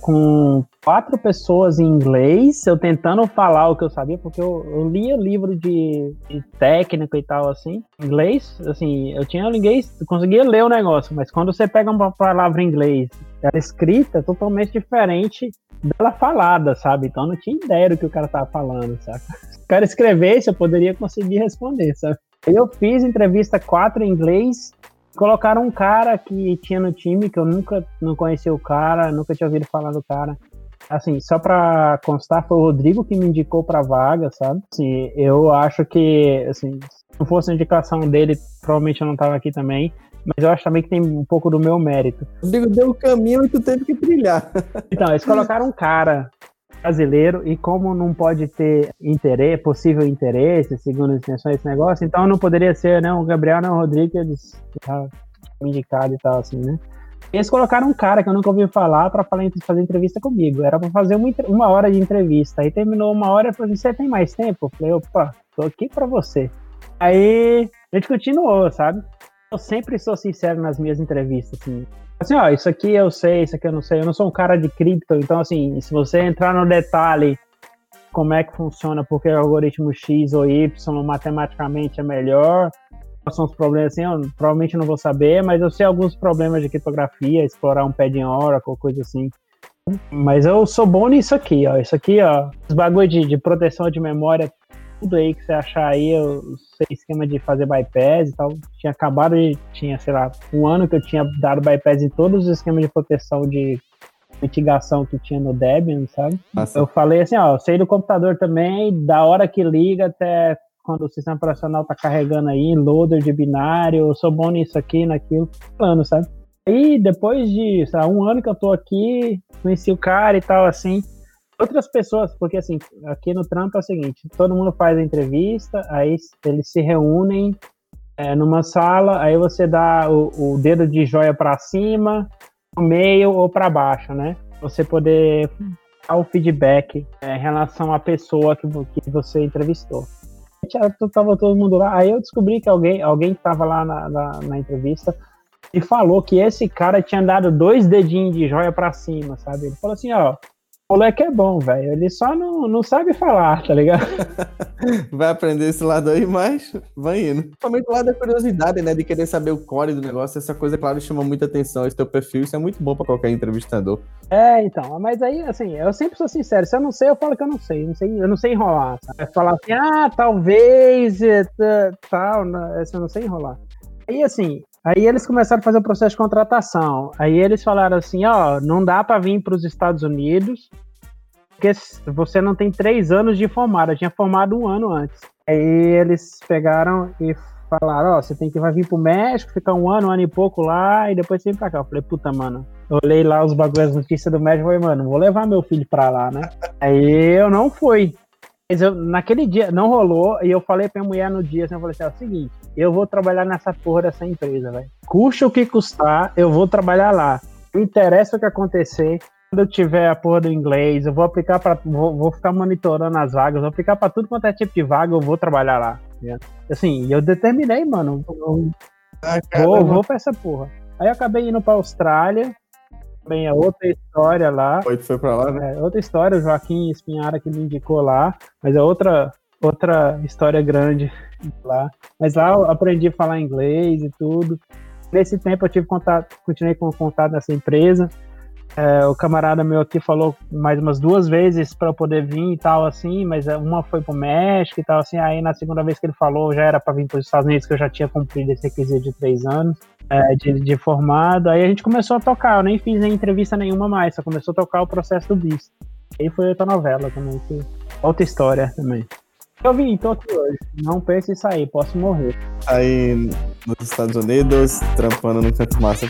com quatro pessoas em inglês, eu tentando falar o que eu sabia, porque eu, eu lia livro de, de técnico e tal, assim, inglês, assim, eu tinha inglês, eu conseguia ler o negócio, mas quando você pega uma palavra em inglês, ela escrita, é totalmente diferente dela falada, sabe? Então eu não tinha ideia do que o cara tava falando, sabe? Se o cara escrevesse, eu poderia conseguir responder, sabe? Aí eu fiz entrevista quatro em inglês, colocaram um cara que tinha no time, que eu nunca não conhecia o cara, nunca tinha ouvido falar do cara. Assim, só pra constar, foi o Rodrigo que me indicou pra vaga, sabe? Assim, eu acho que, assim, se não fosse a indicação dele, provavelmente eu não tava aqui também, mas eu acho também que tem um pouco do meu mérito. O Rodrigo deu o caminho e tu teve que trilhar. Então, eles colocaram um cara brasileiro, e como não pode ter interesse, possível interesse, segundo as intenções desse negócio, então não poderia ser, né, o Gabriel, nem o Rodrigo, que eles estavam indicados e tal, assim, né? E eles colocaram um cara que eu nunca ouvi falar pra fazer entrevista comigo, era pra fazer uma, uma hora de entrevista, aí terminou uma hora e falou assim, você tem mais tempo? Eu falei, opa, tô aqui pra você. Aí a gente continuou, sabe? Eu sempre sou sincero nas minhas entrevistas, assim, assim, ó, isso aqui eu sei, isso aqui eu não sei, eu não sou um cara de cripto, então, assim, se você entrar no detalhe como é que funciona, porque o algoritmo X ou Y matematicamente é melhor. Quais são os problemas, assim, eu provavelmente não vou saber, mas eu sei alguns problemas de criptografia, explorar um pad em Oracle, coisa assim. Mas eu sou bom nisso aqui, ó. Isso aqui, ó, os bagulho de, de proteção de memória, tudo aí que você achar aí, eu sei esquema de fazer bypass e tal. Tinha acabado de, tinha, sei lá, um ano que eu tinha dado bypass em todos os esquemas de proteção de mitigação que tinha no Debian, sabe? Nossa. Eu falei assim, ó, eu sei do computador também, da hora que liga até quando o sistema operacional tá carregando aí, loader de binário, eu sou bom nisso aqui, naquilo, falando, sabe? Aí, depois de, sei lá, um ano que eu tô aqui, conheci o cara e tal, assim, outras pessoas, porque assim, aqui no trampo é o seguinte, todo mundo faz a entrevista, aí eles se reúnem é, numa sala, aí você dá o, o dedo de joia pra cima, no meio ou pra baixo, né? Você poder dar o feedback é, em relação à pessoa que, que você entrevistou. Tava todo mundo lá, aí eu descobri que alguém, alguém que tava lá na, na, na entrevista e falou que esse cara tinha dado dois dedinhos de joia pra cima, sabe? Ele falou assim, ó, o moleque é bom, velho, ele só não, não sabe falar, tá ligado? Vai aprender esse lado aí, mas vai indo. Principalmente o lado da curiosidade, né, de querer saber o core do negócio, essa coisa, claro, chama muita atenção, esse teu perfil, isso é muito bom pra qualquer entrevistador. É, então, mas aí, assim, eu sempre sou sincero, se eu não sei, eu falo que eu não sei, eu não sei, eu não sei enrolar, sabe? É falar assim, ah, talvez, tal, eu não sei enrolar. Aí, assim, aí eles começaram a fazer o processo de contratação. Aí eles falaram assim, ó, não dá pra vir pros Estados Unidos, porque você não tem três anos de formado. Eu tinha formado um ano antes. Aí eles pegaram e falaram, ó, você tem que vai vir pro México, ficar um ano, um ano e pouco lá, e depois você vem pra cá. Eu falei, puta, mano, eu olhei lá os bagulhos, as notícias do México, e falei, mano, vou levar meu filho pra lá, né? Aí eu não fui. Mas eu, naquele dia, não rolou, e eu falei pra minha mulher no dia, assim, eu falei assim, ó, é o seguinte, eu vou trabalhar nessa porra dessa empresa, velho. Custa o que custar, eu vou trabalhar lá. Não interessa o que acontecer, quando eu tiver a porra do inglês, eu vou aplicar pra, vou, vou ficar monitorando as vagas, vou aplicar pra tudo quanto é tipo de vaga, eu vou trabalhar lá. Né? Assim, eu determinei, mano, eu, ah, vou, vou pra essa porra. Aí eu acabei indo pra Austrália, também é outra história lá. Foi, foi pra lá, né? É, outra história, o Joaquim Espinhara que me indicou lá, mas é outra, outra história grande lá. Mas lá eu aprendi a falar inglês e tudo. Nesse tempo eu tive contato, continuei com contato nessa empresa. É, o camarada meu aqui falou mais umas duas vezes para eu poder vir e tal, assim, mas uma foi pro México e tal, assim, aí na segunda vez que ele falou já era para vir para os Estados Unidos, que eu já tinha cumprido esse requisito de três anos é, de, de formado, aí a gente começou a tocar, eu nem fiz nem entrevista nenhuma mais, só começou a tocar o processo do visto. Aí foi outra novela também, que, outra história também. Eu vim, tô aqui hoje, não pense em sair, posso morrer. Aí nos Estados Unidos, trampando no Canto Massa.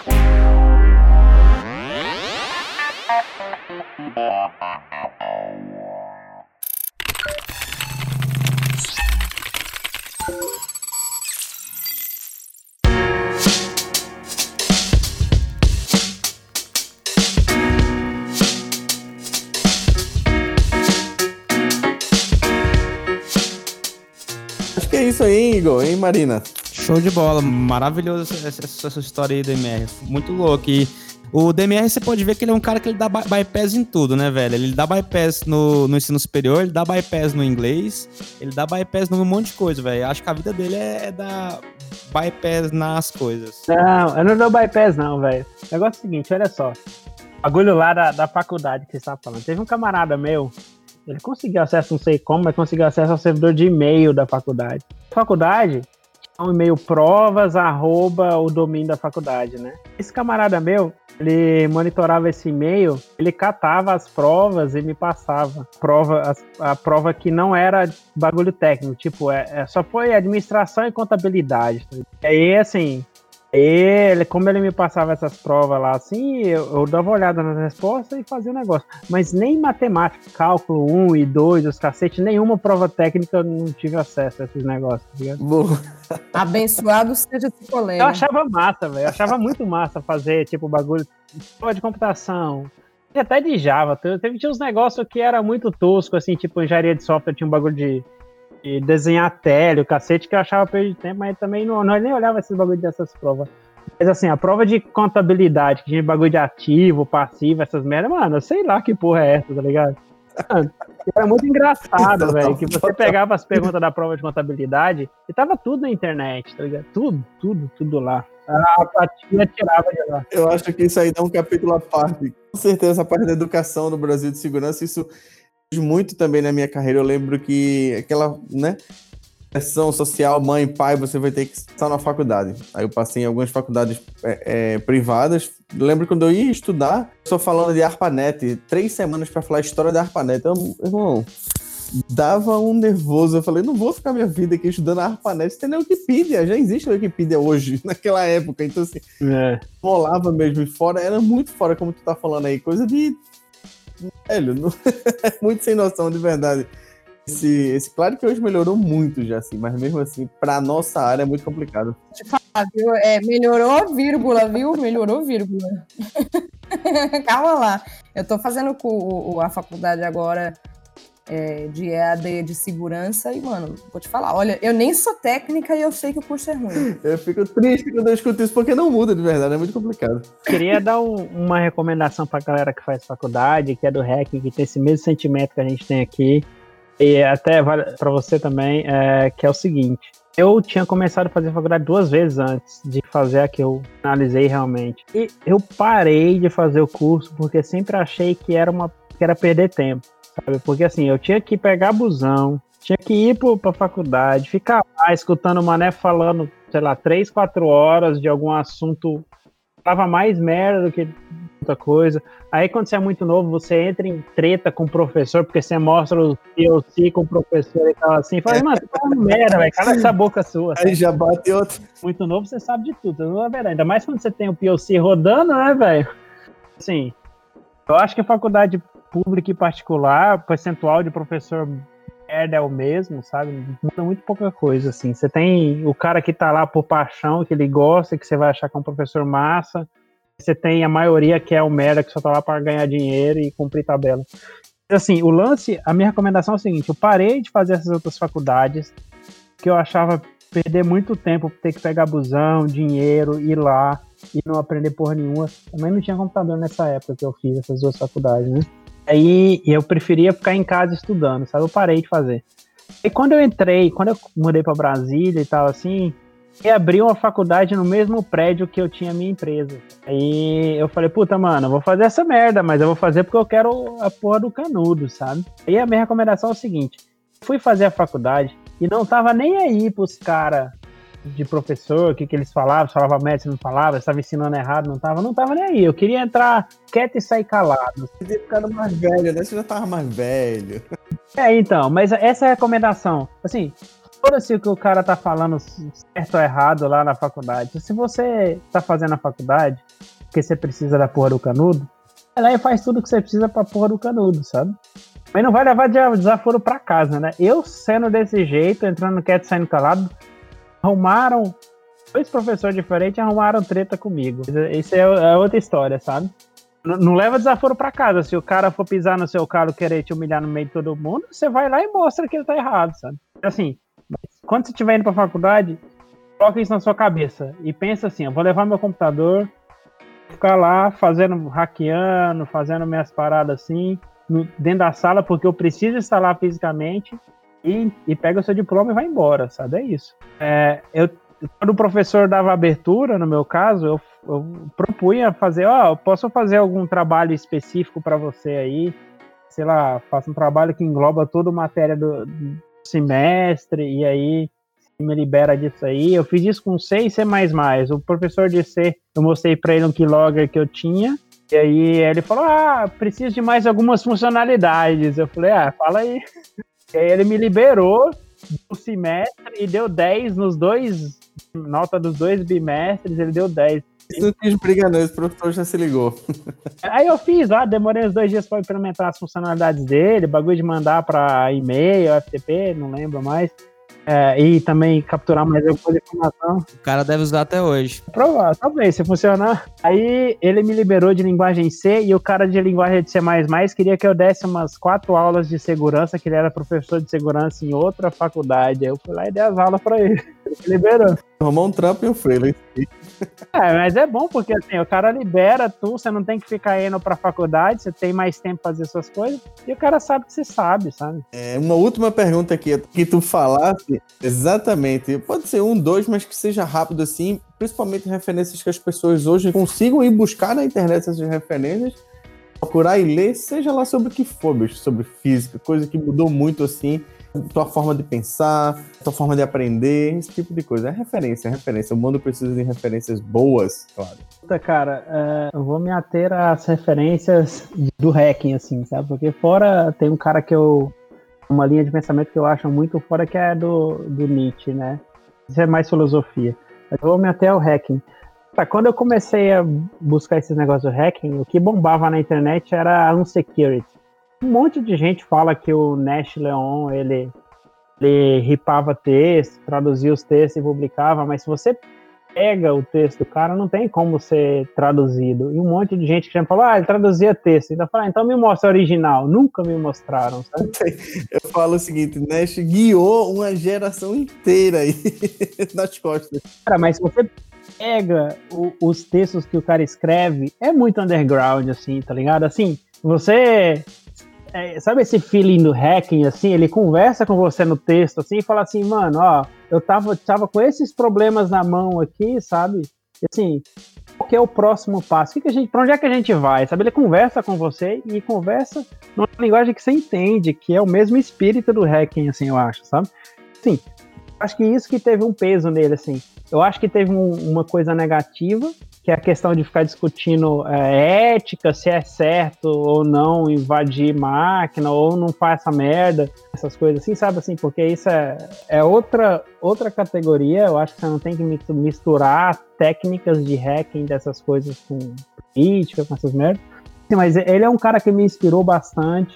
Acho que é isso aí, Igor, hein, Marina? Show de bola, maravilhoso essa, essa, essa história aí do D M R, muito louco. E o D M R, você pode ver que ele é um cara que ele dá bypass em tudo, né, velho? Ele dá bypass no, no ensino superior, ele dá bypass no inglês, ele dá bypass num monte de coisa, velho. Acho que a vida dele é, é dar bypass nas coisas. Não, eu não dou bypass não, velho. O negócio é o seguinte, olha só. O bagulho lá da, da faculdade que você estava falando. Teve um camarada meu, ele conseguiu acesso, não sei como, mas conseguiu acesso ao servidor de e-mail da faculdade. Faculdade, um e-mail provas, arroba, o domínio da faculdade, né? Esse camarada meu, ele monitorava esse e-mail, ele catava as provas e me passava. Prova, a, a prova que não era bagulho técnico, tipo, é, é, só foi administração e contabilidade. E aí, assim, ele, como ele me passava essas provas lá, assim, eu, eu dava uma olhada nas respostas e fazia o negócio. Mas nem matemática, cálculo um e dois, os cacete, nenhuma prova técnica eu não tive acesso a esses negócios, tá ligado? Abençoado seja esse colega. Eu achava massa, velho. Eu achava muito massa fazer, tipo, bagulho prova de computação. E até de Java. Teve, tinha uns negócios que era muito tosco, assim, tipo, engenharia de software, tinha um bagulho de, de desenhar tele, o cacete, que eu achava perda de tempo, mas também não, não nem olhava esses bagulho dessas provas. Mas assim, a prova de contabilidade, que tinha bagulho de ativo, passivo, essas merdas, mano, eu sei lá que porra é essa, tá ligado? Era muito engraçado, Total, velho, que você total. pegava as perguntas da prova de contabilidade e tava tudo na internet, tá ligado? Tudo, tudo, tudo lá. A platina tirava de lá. Eu acho que isso aí dá um capítulo à parte. Com certeza, essa parte da educação no Brasil de segurança, isso fez muito também na minha carreira. Eu lembro que aquela, né, pressão social, mãe, pai, você vai ter que estar na faculdade. Aí eu passei em algumas faculdades é, é, privadas. Eu lembro quando eu ia estudar, só falando de ARPANET, três semanas para falar a história da ARPANET. Eu, irmão, dava um nervoso. Eu falei, não vou ficar minha vida aqui estudando a ARPANET. Tem nem Wikipedia, já existe a Wikipedia hoje, naquela época. Então, assim, É. rolava mesmo. E fora, era muito fora, como tu tá falando aí. Coisa de... Velho, não... é muito sem noção, de verdade. Esse, esse, claro que hoje melhorou muito já, assim, mas mesmo assim, pra nossa área é muito complicado. Ah, viu? É, melhorou, vírgula, viu? Melhorou, vírgula. Calma lá. Eu tô fazendo com a faculdade agora é, de E A D de segurança e, mano, vou te falar, olha, eu nem sou técnica e eu sei que o curso é ruim. Eu fico triste quando eu escuto isso, porque não muda, de verdade, é muito complicado. Queria dar um- uma recomendação pra galera que faz faculdade, que é do R E C, que tem esse mesmo sentimento que a gente tem aqui. E até vale para você também, é, que é o seguinte, eu tinha começado a fazer faculdade duas vezes antes de fazer a que eu analisei realmente. E eu parei de fazer o curso porque sempre achei que era, uma, que era perder tempo, sabe? Porque assim, eu tinha que pegar busão, tinha que ir pro, pra faculdade, ficar lá escutando o mané falando, sei lá, três, quatro horas de algum assunto, falava mais merda do que outra coisa. Aí quando você é muito novo, você entra em treta com o professor, porque você mostra o P O C com o professor e tal assim, fala, mano, você tá falando merda, velho, cala essa boca sua. Aí já bate outro. Muito novo, você sabe de tudo, não é verdade. Ainda mais quando você tem o P O C rodando, né, velho? Assim, eu acho que a faculdade pública e particular, o percentual de professor merda é o mesmo, sabe? Muda muito pouca coisa, assim. Você tem o cara que tá lá por paixão, que ele gosta, que você vai achar que é um professor massa. Você tem a maioria que é o merda, que só tá lá para ganhar dinheiro e cumprir tabela. Assim, o lance, a minha recomendação é o seguinte, eu parei de fazer essas outras faculdades, que eu achava perder muito tempo, ter que pegar busão, dinheiro, ir lá e não aprender porra nenhuma. Também não tinha computador nessa época que eu fiz essas duas faculdades, né? Aí eu preferia ficar em casa estudando, sabe? Eu parei de fazer. E quando eu entrei, quando eu mudei para Brasília e tal, assim, e abri uma faculdade no mesmo prédio que eu tinha a minha empresa. Aí eu falei, puta, mano, eu vou fazer essa merda, mas eu vou fazer porque eu quero a porra do canudo, sabe? Aí a minha recomendação é o seguinte, fui fazer a faculdade e não tava nem aí pros caras de professor, o que que eles falavam, se falava merda, se não falava, se estava ensinando errado, não tava, não tava nem aí. Eu queria entrar quieto e sair calado. Você ter ficado mais velho, né? Você já tava mais velho. É, então, mas essa é a recomendação. Assim, foda-se o que o cara tá falando certo ou errado lá na faculdade. Se você tá fazendo a faculdade porque você precisa da porra do canudo, vai lá e faz tudo que você precisa pra porra do canudo, sabe? Mas não vai levar desaforo pra casa, né? Eu, sendo desse jeito, entrando quieto e saindo calado, arrumaram, dois professores diferentes arrumaram treta comigo. Isso é outra história, sabe? Não, não leva desaforo pra casa. Se o cara for pisar no seu carro e querer te humilhar no meio de todo mundo, você vai lá e mostra que ele tá errado, sabe? Assim, quando você estiver indo pra faculdade, coloca isso na sua cabeça e pensa assim, eu vou levar meu computador, ficar lá fazendo, hackeando, fazendo minhas paradas assim, no, dentro da sala, porque eu preciso estar lá fisicamente e, e pega o seu diploma e vai embora, sabe? É isso. É, eu, quando o professor dava abertura, no meu caso, eu, eu propunha fazer, ó, oh, eu posso fazer algum trabalho específico para você aí, sei lá, faço um trabalho que engloba toda a matéria do, do semestre, e aí me libera disso aí. Eu fiz isso com C e C mais mais. O professor de C, eu mostrei para ele um keylogger que eu tinha, e aí ele falou, ah, preciso de mais algumas funcionalidades. Eu falei, ah, fala aí. E aí ele me liberou do semestre e deu dez nos dois, nota dos dois bimestres, ele deu dez. Isso não quis briga não, esse professor já se ligou. Aí eu fiz lá, demorei uns dois dias para implementar as funcionalidades dele, bagulho de mandar para e-mail, F T P, não lembro mais. É, e também capturar mais alguma informação. O cara deve usar até hoje. Provar, talvez, se funcionar. Aí ele me liberou de linguagem C e o cara de linguagem de C mais mais queria que eu desse umas quatro aulas de segurança, que ele era professor de segurança em outra faculdade. Aí eu fui lá e dei as aulas pra ele. ele que liberou. Arrumou um trampo e um freelancer. É, mas é bom porque assim, o cara libera tu, você não tem que ficar indo pra faculdade, você tem mais tempo pra fazer suas coisas, e o cara sabe que você sabe, sabe? É, uma última pergunta aqui, que tu falasse, exatamente, pode ser um, dois, mas que seja rápido assim, principalmente referências que as pessoas hoje consigam ir buscar na internet essas referências, procurar e ler, seja lá sobre o que for, bicho, sobre física, coisa que mudou muito assim, tua forma de pensar, tua forma de aprender, esse tipo de coisa. É referência, é referência. O mundo precisa de referências boas, claro. Puta, cara, é, eu vou me ater às referências do hacking, assim, sabe? Porque fora tem um cara que eu... uma linha de pensamento que eu acho muito fora, que é do, do Nietzsche, né? Isso é mais filosofia. Mas eu vou me ater ao hacking. Tá, quando eu comecei a buscar esses negócios de hacking, o que bombava na internet era a unsecurity. Um monte de gente fala que o Nash Leon, ele, ele ripava texto, traduzia os textos e publicava, mas se você pega o texto do cara, não tem como ser traduzido. E um monte de gente que já falou, ah, ele traduzia texto. Então eu falo, ah, então me mostra o original. Nunca me mostraram, sabe? Eu falo o seguinte, Nash guiou uma geração inteira aí nas costas. Cara, mas se você pega o, os textos que o cara escreve, é muito underground, assim, tá ligado? Assim, você... É, sabe esse feeling do hacking, assim, ele conversa com você no texto, assim, e fala assim, mano, ó, eu tava, tava com esses problemas na mão aqui, sabe, e, assim, qual que é o próximo passo, que que a gente, pra onde é que a gente vai, sabe, ele conversa com você e conversa numa linguagem que você entende, que é o mesmo espírito do hacking, assim, eu acho, sabe, assim, acho que isso que teve um peso nele, assim, eu acho que teve um, uma coisa negativa, que é a questão de ficar discutindo é, ética, se é certo ou não invadir máquina, ou não faz essa merda, essas coisas assim, sabe assim, porque isso é, é outra, outra categoria, eu acho que você não tem que misturar técnicas de hacking dessas coisas com política, com essas merdas. Sim, mas ele é um cara que me inspirou bastante.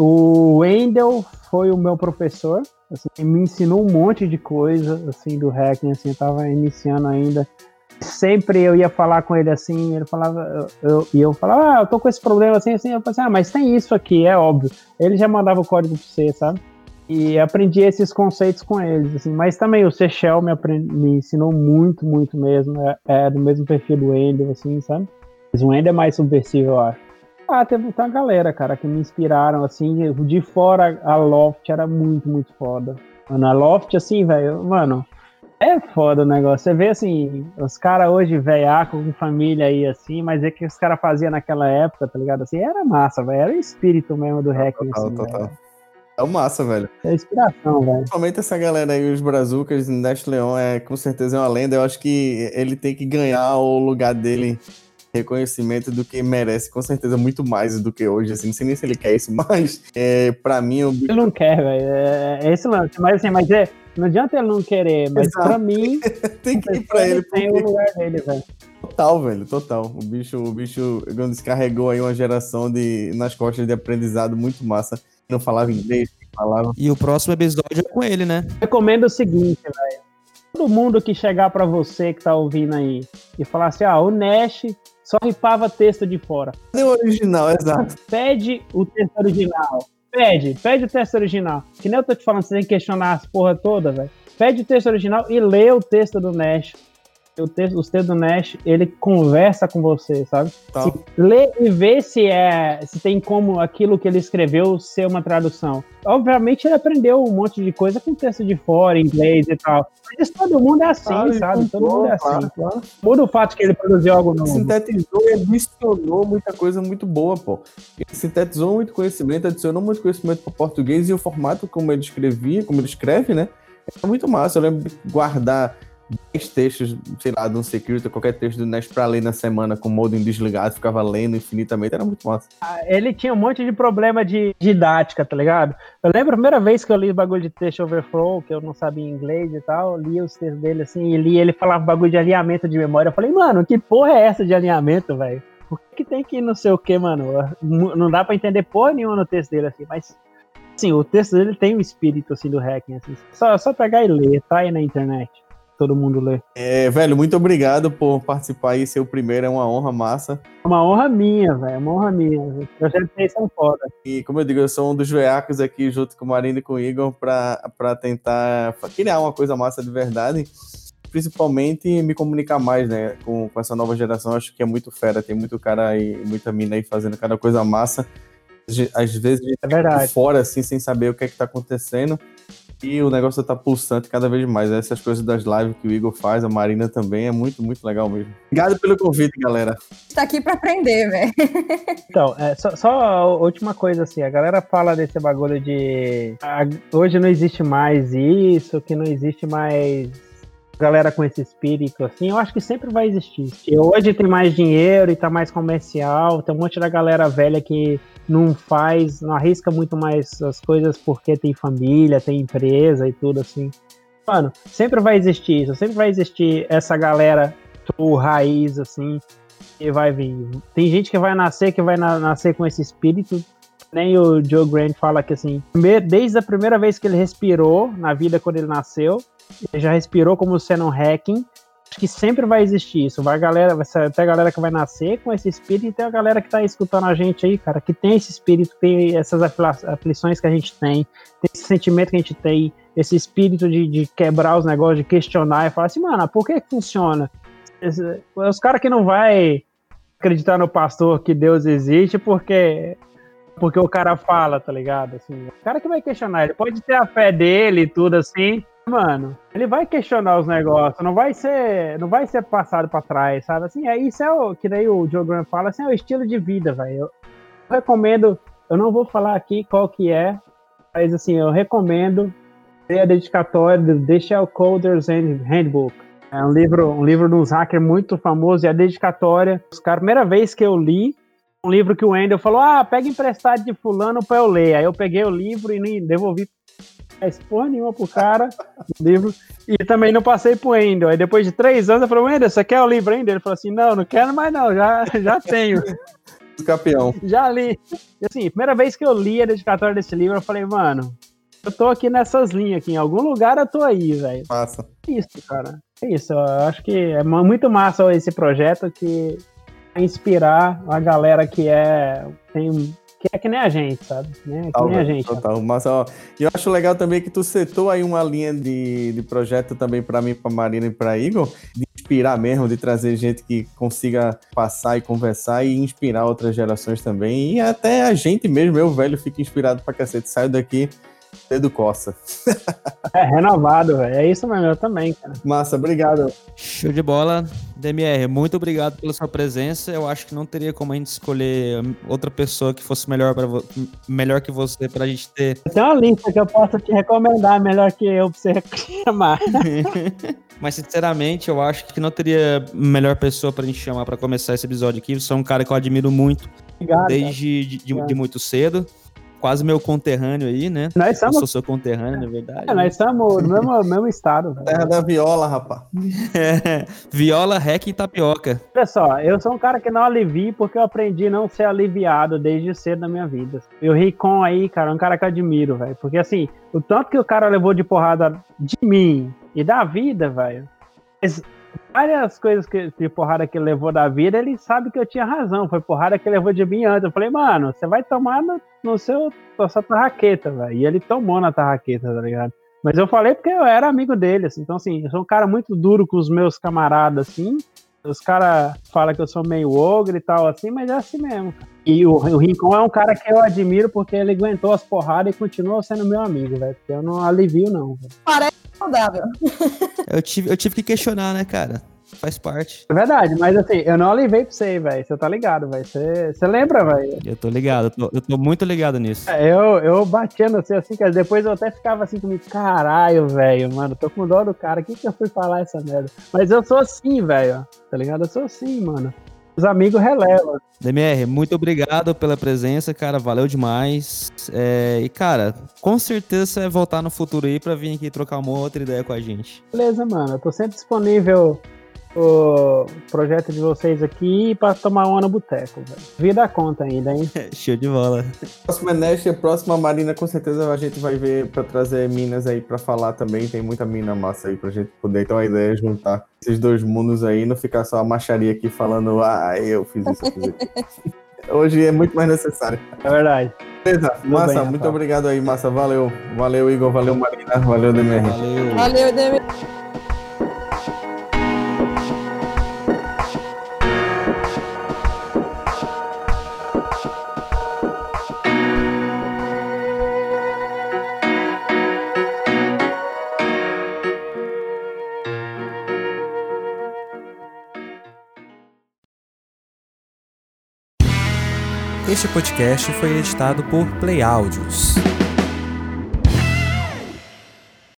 O Wendell foi o meu professor, assim, ele me ensinou um monte de coisa assim, do hacking, assim, eu tava iniciando ainda. Sempre eu ia falar com ele assim, ele falava, eu, eu, e eu falava, ah, eu tô com esse problema assim, assim, eu falei assim, ah, mas tem isso aqui, é óbvio. Ele já mandava o código pra você, sabe? E aprendi esses conceitos com eles, assim, mas também o C-Shell me, me ensinou muito, muito mesmo, é, é do mesmo perfil do Wendell, assim, sabe? Mas o Wendell é mais subversivo, eu acho. Ah, teve uma galera, cara, que me inspiraram, assim, de fora a Loft era muito, muito foda. Mano, a Loft, assim, velho, mano... É foda o negócio. Você vê, assim, os caras hoje, velhaco, com família aí, assim, mas é que os caras faziam naquela época, tá ligado? Assim, era massa, velho. Era o espírito mesmo do hacking, total, assim, total. Véio. É o massa, velho. É inspiração, velho. Principalmente essa galera aí, os brazucas, Nash Leon, é, com certeza é uma lenda. Eu acho que ele tem que ganhar o lugar dele, reconhecimento do que merece, com certeza, muito mais do que hoje, assim. Não sei nem se ele quer isso, mas é, pra mim... Eu... Ele não quer, velho. É, é esse lance. Mas, assim, mas é... Não adianta ele não querer, mas Exato. Pra mim... tem que ir pra ele. Tem o lugar dele, velho. Total, velho, total. O bicho, o bicho descarregou aí uma geração de, nas costas de aprendizado muito massa. Não falava inglês, falava... E o próximo episódio é com ele, né? Recomendo o seguinte, velho. Todo mundo que chegar pra você que tá ouvindo aí e falar assim, ah, o Nash só ripava texto de fora. Cadê o original, exato. Pede o texto original. Pede, pede o texto original. Que nem eu tô te falando, você tem que questionar as porra toda, velho. Pede o texto original e lê o texto do Nash. O texto, os textos do Nash, ele conversa com você, sabe? Tá. Se, lê e vê se, é, se tem como aquilo que ele escreveu ser uma tradução. Obviamente ele aprendeu um monte de coisa com texto de fora, inglês e tal. Mas todo mundo é assim, claro, sabe? Todo mundo é claro, assim. Claro. Muda o fato que ele produziu algo novo. Sintetizou e adicionou muita coisa muito boa, pô. Ele sintetizou muito conhecimento, adicionou muito conhecimento para o português e o formato como ele escrevia, como ele escreve, né? É muito massa. Eu lembro de guardar dez textos, sei lá, de um security, qualquer texto do Nash pra ler na semana com o modem desligado, ficava lendo infinitamente, era muito massa. Ele tinha um monte de problema de didática, tá ligado? Eu lembro a primeira vez que eu li o bagulho de Text Overflow, que eu não sabia inglês e tal, li os textos dele assim, e li, ele falava bagulho de alinhamento de memória, eu falei, mano, que porra é essa de alinhamento, velho? Por que tem que não sei o que, mano? Não dá pra entender porra nenhuma no texto dele, assim, mas... Assim, o texto dele tem o espírito, assim, do hacking, assim. Só, só pegar e ler, tá aí na internet. todo mundo lê. É, velho, muito obrigado por participar aí, ser o primeiro, é uma honra massa. É uma honra minha, velho, é uma honra minha. Os projetos aí são foda. E como eu digo, eu sou um dos veacos aqui, junto com o Marino e com o Igor, pra, pra tentar criar uma coisa massa de verdade, principalmente me comunicar mais, né, com, com essa nova geração. Acho que é muito fera, tem muito cara aí, muita mina aí fazendo cada coisa massa. Às vezes a gente É verdade. fica por fora, assim, sem saber o que é que tá acontecendo. E o negócio tá pulsante cada vez mais. Essas coisas das lives que o Igor faz, a Marina também, é muito, muito legal mesmo. Obrigado pelo convite, galera. A gente tá aqui pra aprender, velho. Então, é, só, só a última coisa, assim, a galera fala desse bagulho de ah, hoje não existe mais isso, que não existe mais galera com esse espírito, assim, eu acho que sempre vai existir. E hoje tem mais dinheiro e tá mais comercial, tem um monte da galera velha que não faz, não arrisca muito mais as coisas porque tem família, tem empresa e tudo, assim. Mano, sempre vai existir isso, sempre vai existir essa galera true, raiz, assim, que vai vir. Tem gente que vai nascer, que vai na- nascer com esse espírito, nem o Joe Grant fala que, assim, me- desde a primeira vez que ele respirou na vida, quando ele nasceu, ele já respirou como sendo um hacking. Acho que sempre vai existir isso. Vai galera, vai ser, tem a galera que vai nascer com esse espírito e tem a galera que tá escutando a gente aí, cara, que tem esse espírito, tem essas afla- aflições que a gente tem, tem esse sentimento que a gente tem, esse espírito de, de quebrar os negócios, de questionar e falar assim, mano, por que que funciona? Esse- os caras que não vai acreditar no pastor que Deus existe porque porque o cara fala, tá ligado? Assim, o cara que vai questionar, ele pode ter a fé dele e tudo assim, mano, ele vai questionar os negócios, não vai ser, não vai ser passado pra trás, sabe? Assim, é isso é o que daí o Joe Grant fala, assim, é o estilo de vida, velho. Eu recomendo, eu não vou falar aqui qual que é, mas assim, eu recomendo ler a dedicatória do The Shell Coders Handbook. É um livro, um livro de uns hackers muito famoso, e a dedicatória, os caras, primeira vez que eu li, um livro que o Wendel falou, ah, pega emprestado de fulano pra eu ler. Aí eu peguei o livro e nem devolvi porra nenhuma pro cara, o livro, e também não passei pro Wendel. Aí depois de três anos eu falei, Wendel, você quer o livro ainda? Ele falou assim, não, não quero mais não, já, já tenho, Campeão. já li. E assim, primeira vez que eu li a dedicatória desse livro, eu falei, mano, eu tô aqui nessas linhas aqui, em algum lugar eu tô aí, velho. Massa. É isso, cara. É isso, eu acho que é muito massa esse projeto que vai inspirar a galera que é, tem, que é que nem a gente, sabe? Né? Que Total, nem a velho, gente. total. Mas, ó, e eu acho legal também que tu setou aí uma linha de, de projeto também pra mim, pra Marina e pra Igor, de inspirar mesmo, de trazer gente que consiga passar e conversar e inspirar outras gerações também. E até a gente mesmo, eu velho, fico inspirado pra cacete. Saio daqui, dedo coça. É renovado, velho. É isso mesmo, eu também, cara. Massa, obrigado. Show de bola. D M R, muito obrigado pela sua presença. Eu acho que não teria como a gente escolher outra pessoa que fosse melhor, pra vo- melhor que você pra gente ter. Tem uma lista que eu posso te recomendar melhor que eu pra você chamar. Mas, sinceramente, eu acho que não teria melhor pessoa pra gente chamar pra começar esse episódio aqui. Você é um cara que eu admiro muito Obrigado. desde de, de- de muito cedo. Quase meu conterrâneo aí, né? Nós Eu somos, sou seu conterrâneo, na verdade. é, nós estamos no mesmo, mesmo estado, velho. Terra da viola, rapaz. Viola, rec e tapioca. Olha só, eu sou um cara que não alivio porque eu aprendi a não ser aliviado desde cedo na minha vida. E o Ricon aí, cara, é um cara que eu admiro, velho. Porque assim, o tanto que o cara levou de porrada de mim e da vida, velho. mas Várias coisas que, de porrada que ele levou da vida, ele sabe que eu tinha razão. Foi porrada que ele levou de mim antes. Eu falei, mano, você vai tomar no, no seu, na sua tarraqueta, velho. E ele tomou na tarraqueta, tá ligado? Mas eu falei porque eu era amigo dele, assim. Então, assim, eu sou um cara muito duro com os meus camaradas, assim. Os caras falam que eu sou meio ogre e tal, assim, mas é assim mesmo, cara. E o, o Rincon é um cara que eu admiro porque ele aguentou as porradas e continua sendo meu amigo, velho. Porque eu não alivio, não, velho. Parece saudável. Eu tive, eu tive que questionar, né, cara? Faz parte. É verdade, mas assim, eu não alivei pra você, velho. Você tá ligado, velho. Você você lembra, velho? Eu tô ligado, eu tô, eu tô muito ligado nisso. Eu, eu batia no você assim, cara. Depois eu até ficava assim comigo, caralho, velho, mano, tô com dó do cara. O que que eu fui falar essa merda? Mas eu sou assim, velho. Tá ligado? Eu sou assim, mano. Os amigos relevam. D M R, muito obrigado pela presença, cara, valeu demais. É, e, cara, com certeza você vai voltar no futuro aí pra vir aqui trocar uma outra ideia com a gente. Beleza, mano. Eu tô sempre disponível o projeto de vocês aqui pra tomar uma no boteco, velho. Vida a conta ainda, hein? Show de bola. Próxima é Neste, a próxima Marina, com certeza a gente vai ver pra trazer minas aí pra falar também. Tem muita mina massa aí pra gente poder. Então a ideia é juntar esses dois mundos aí, não ficar só a macharia aqui falando, ah, eu fiz isso, eu fiz aquilo. Hoje é muito mais necessário. É verdade. Beleza, Tudo Massa, bem, muito Rafael. obrigado aí, Massa. Valeu. Valeu, Igor. Valeu, Marina. Valeu, D M R. Valeu. Valeu, Demi. Este podcast foi editado por Play Áudios.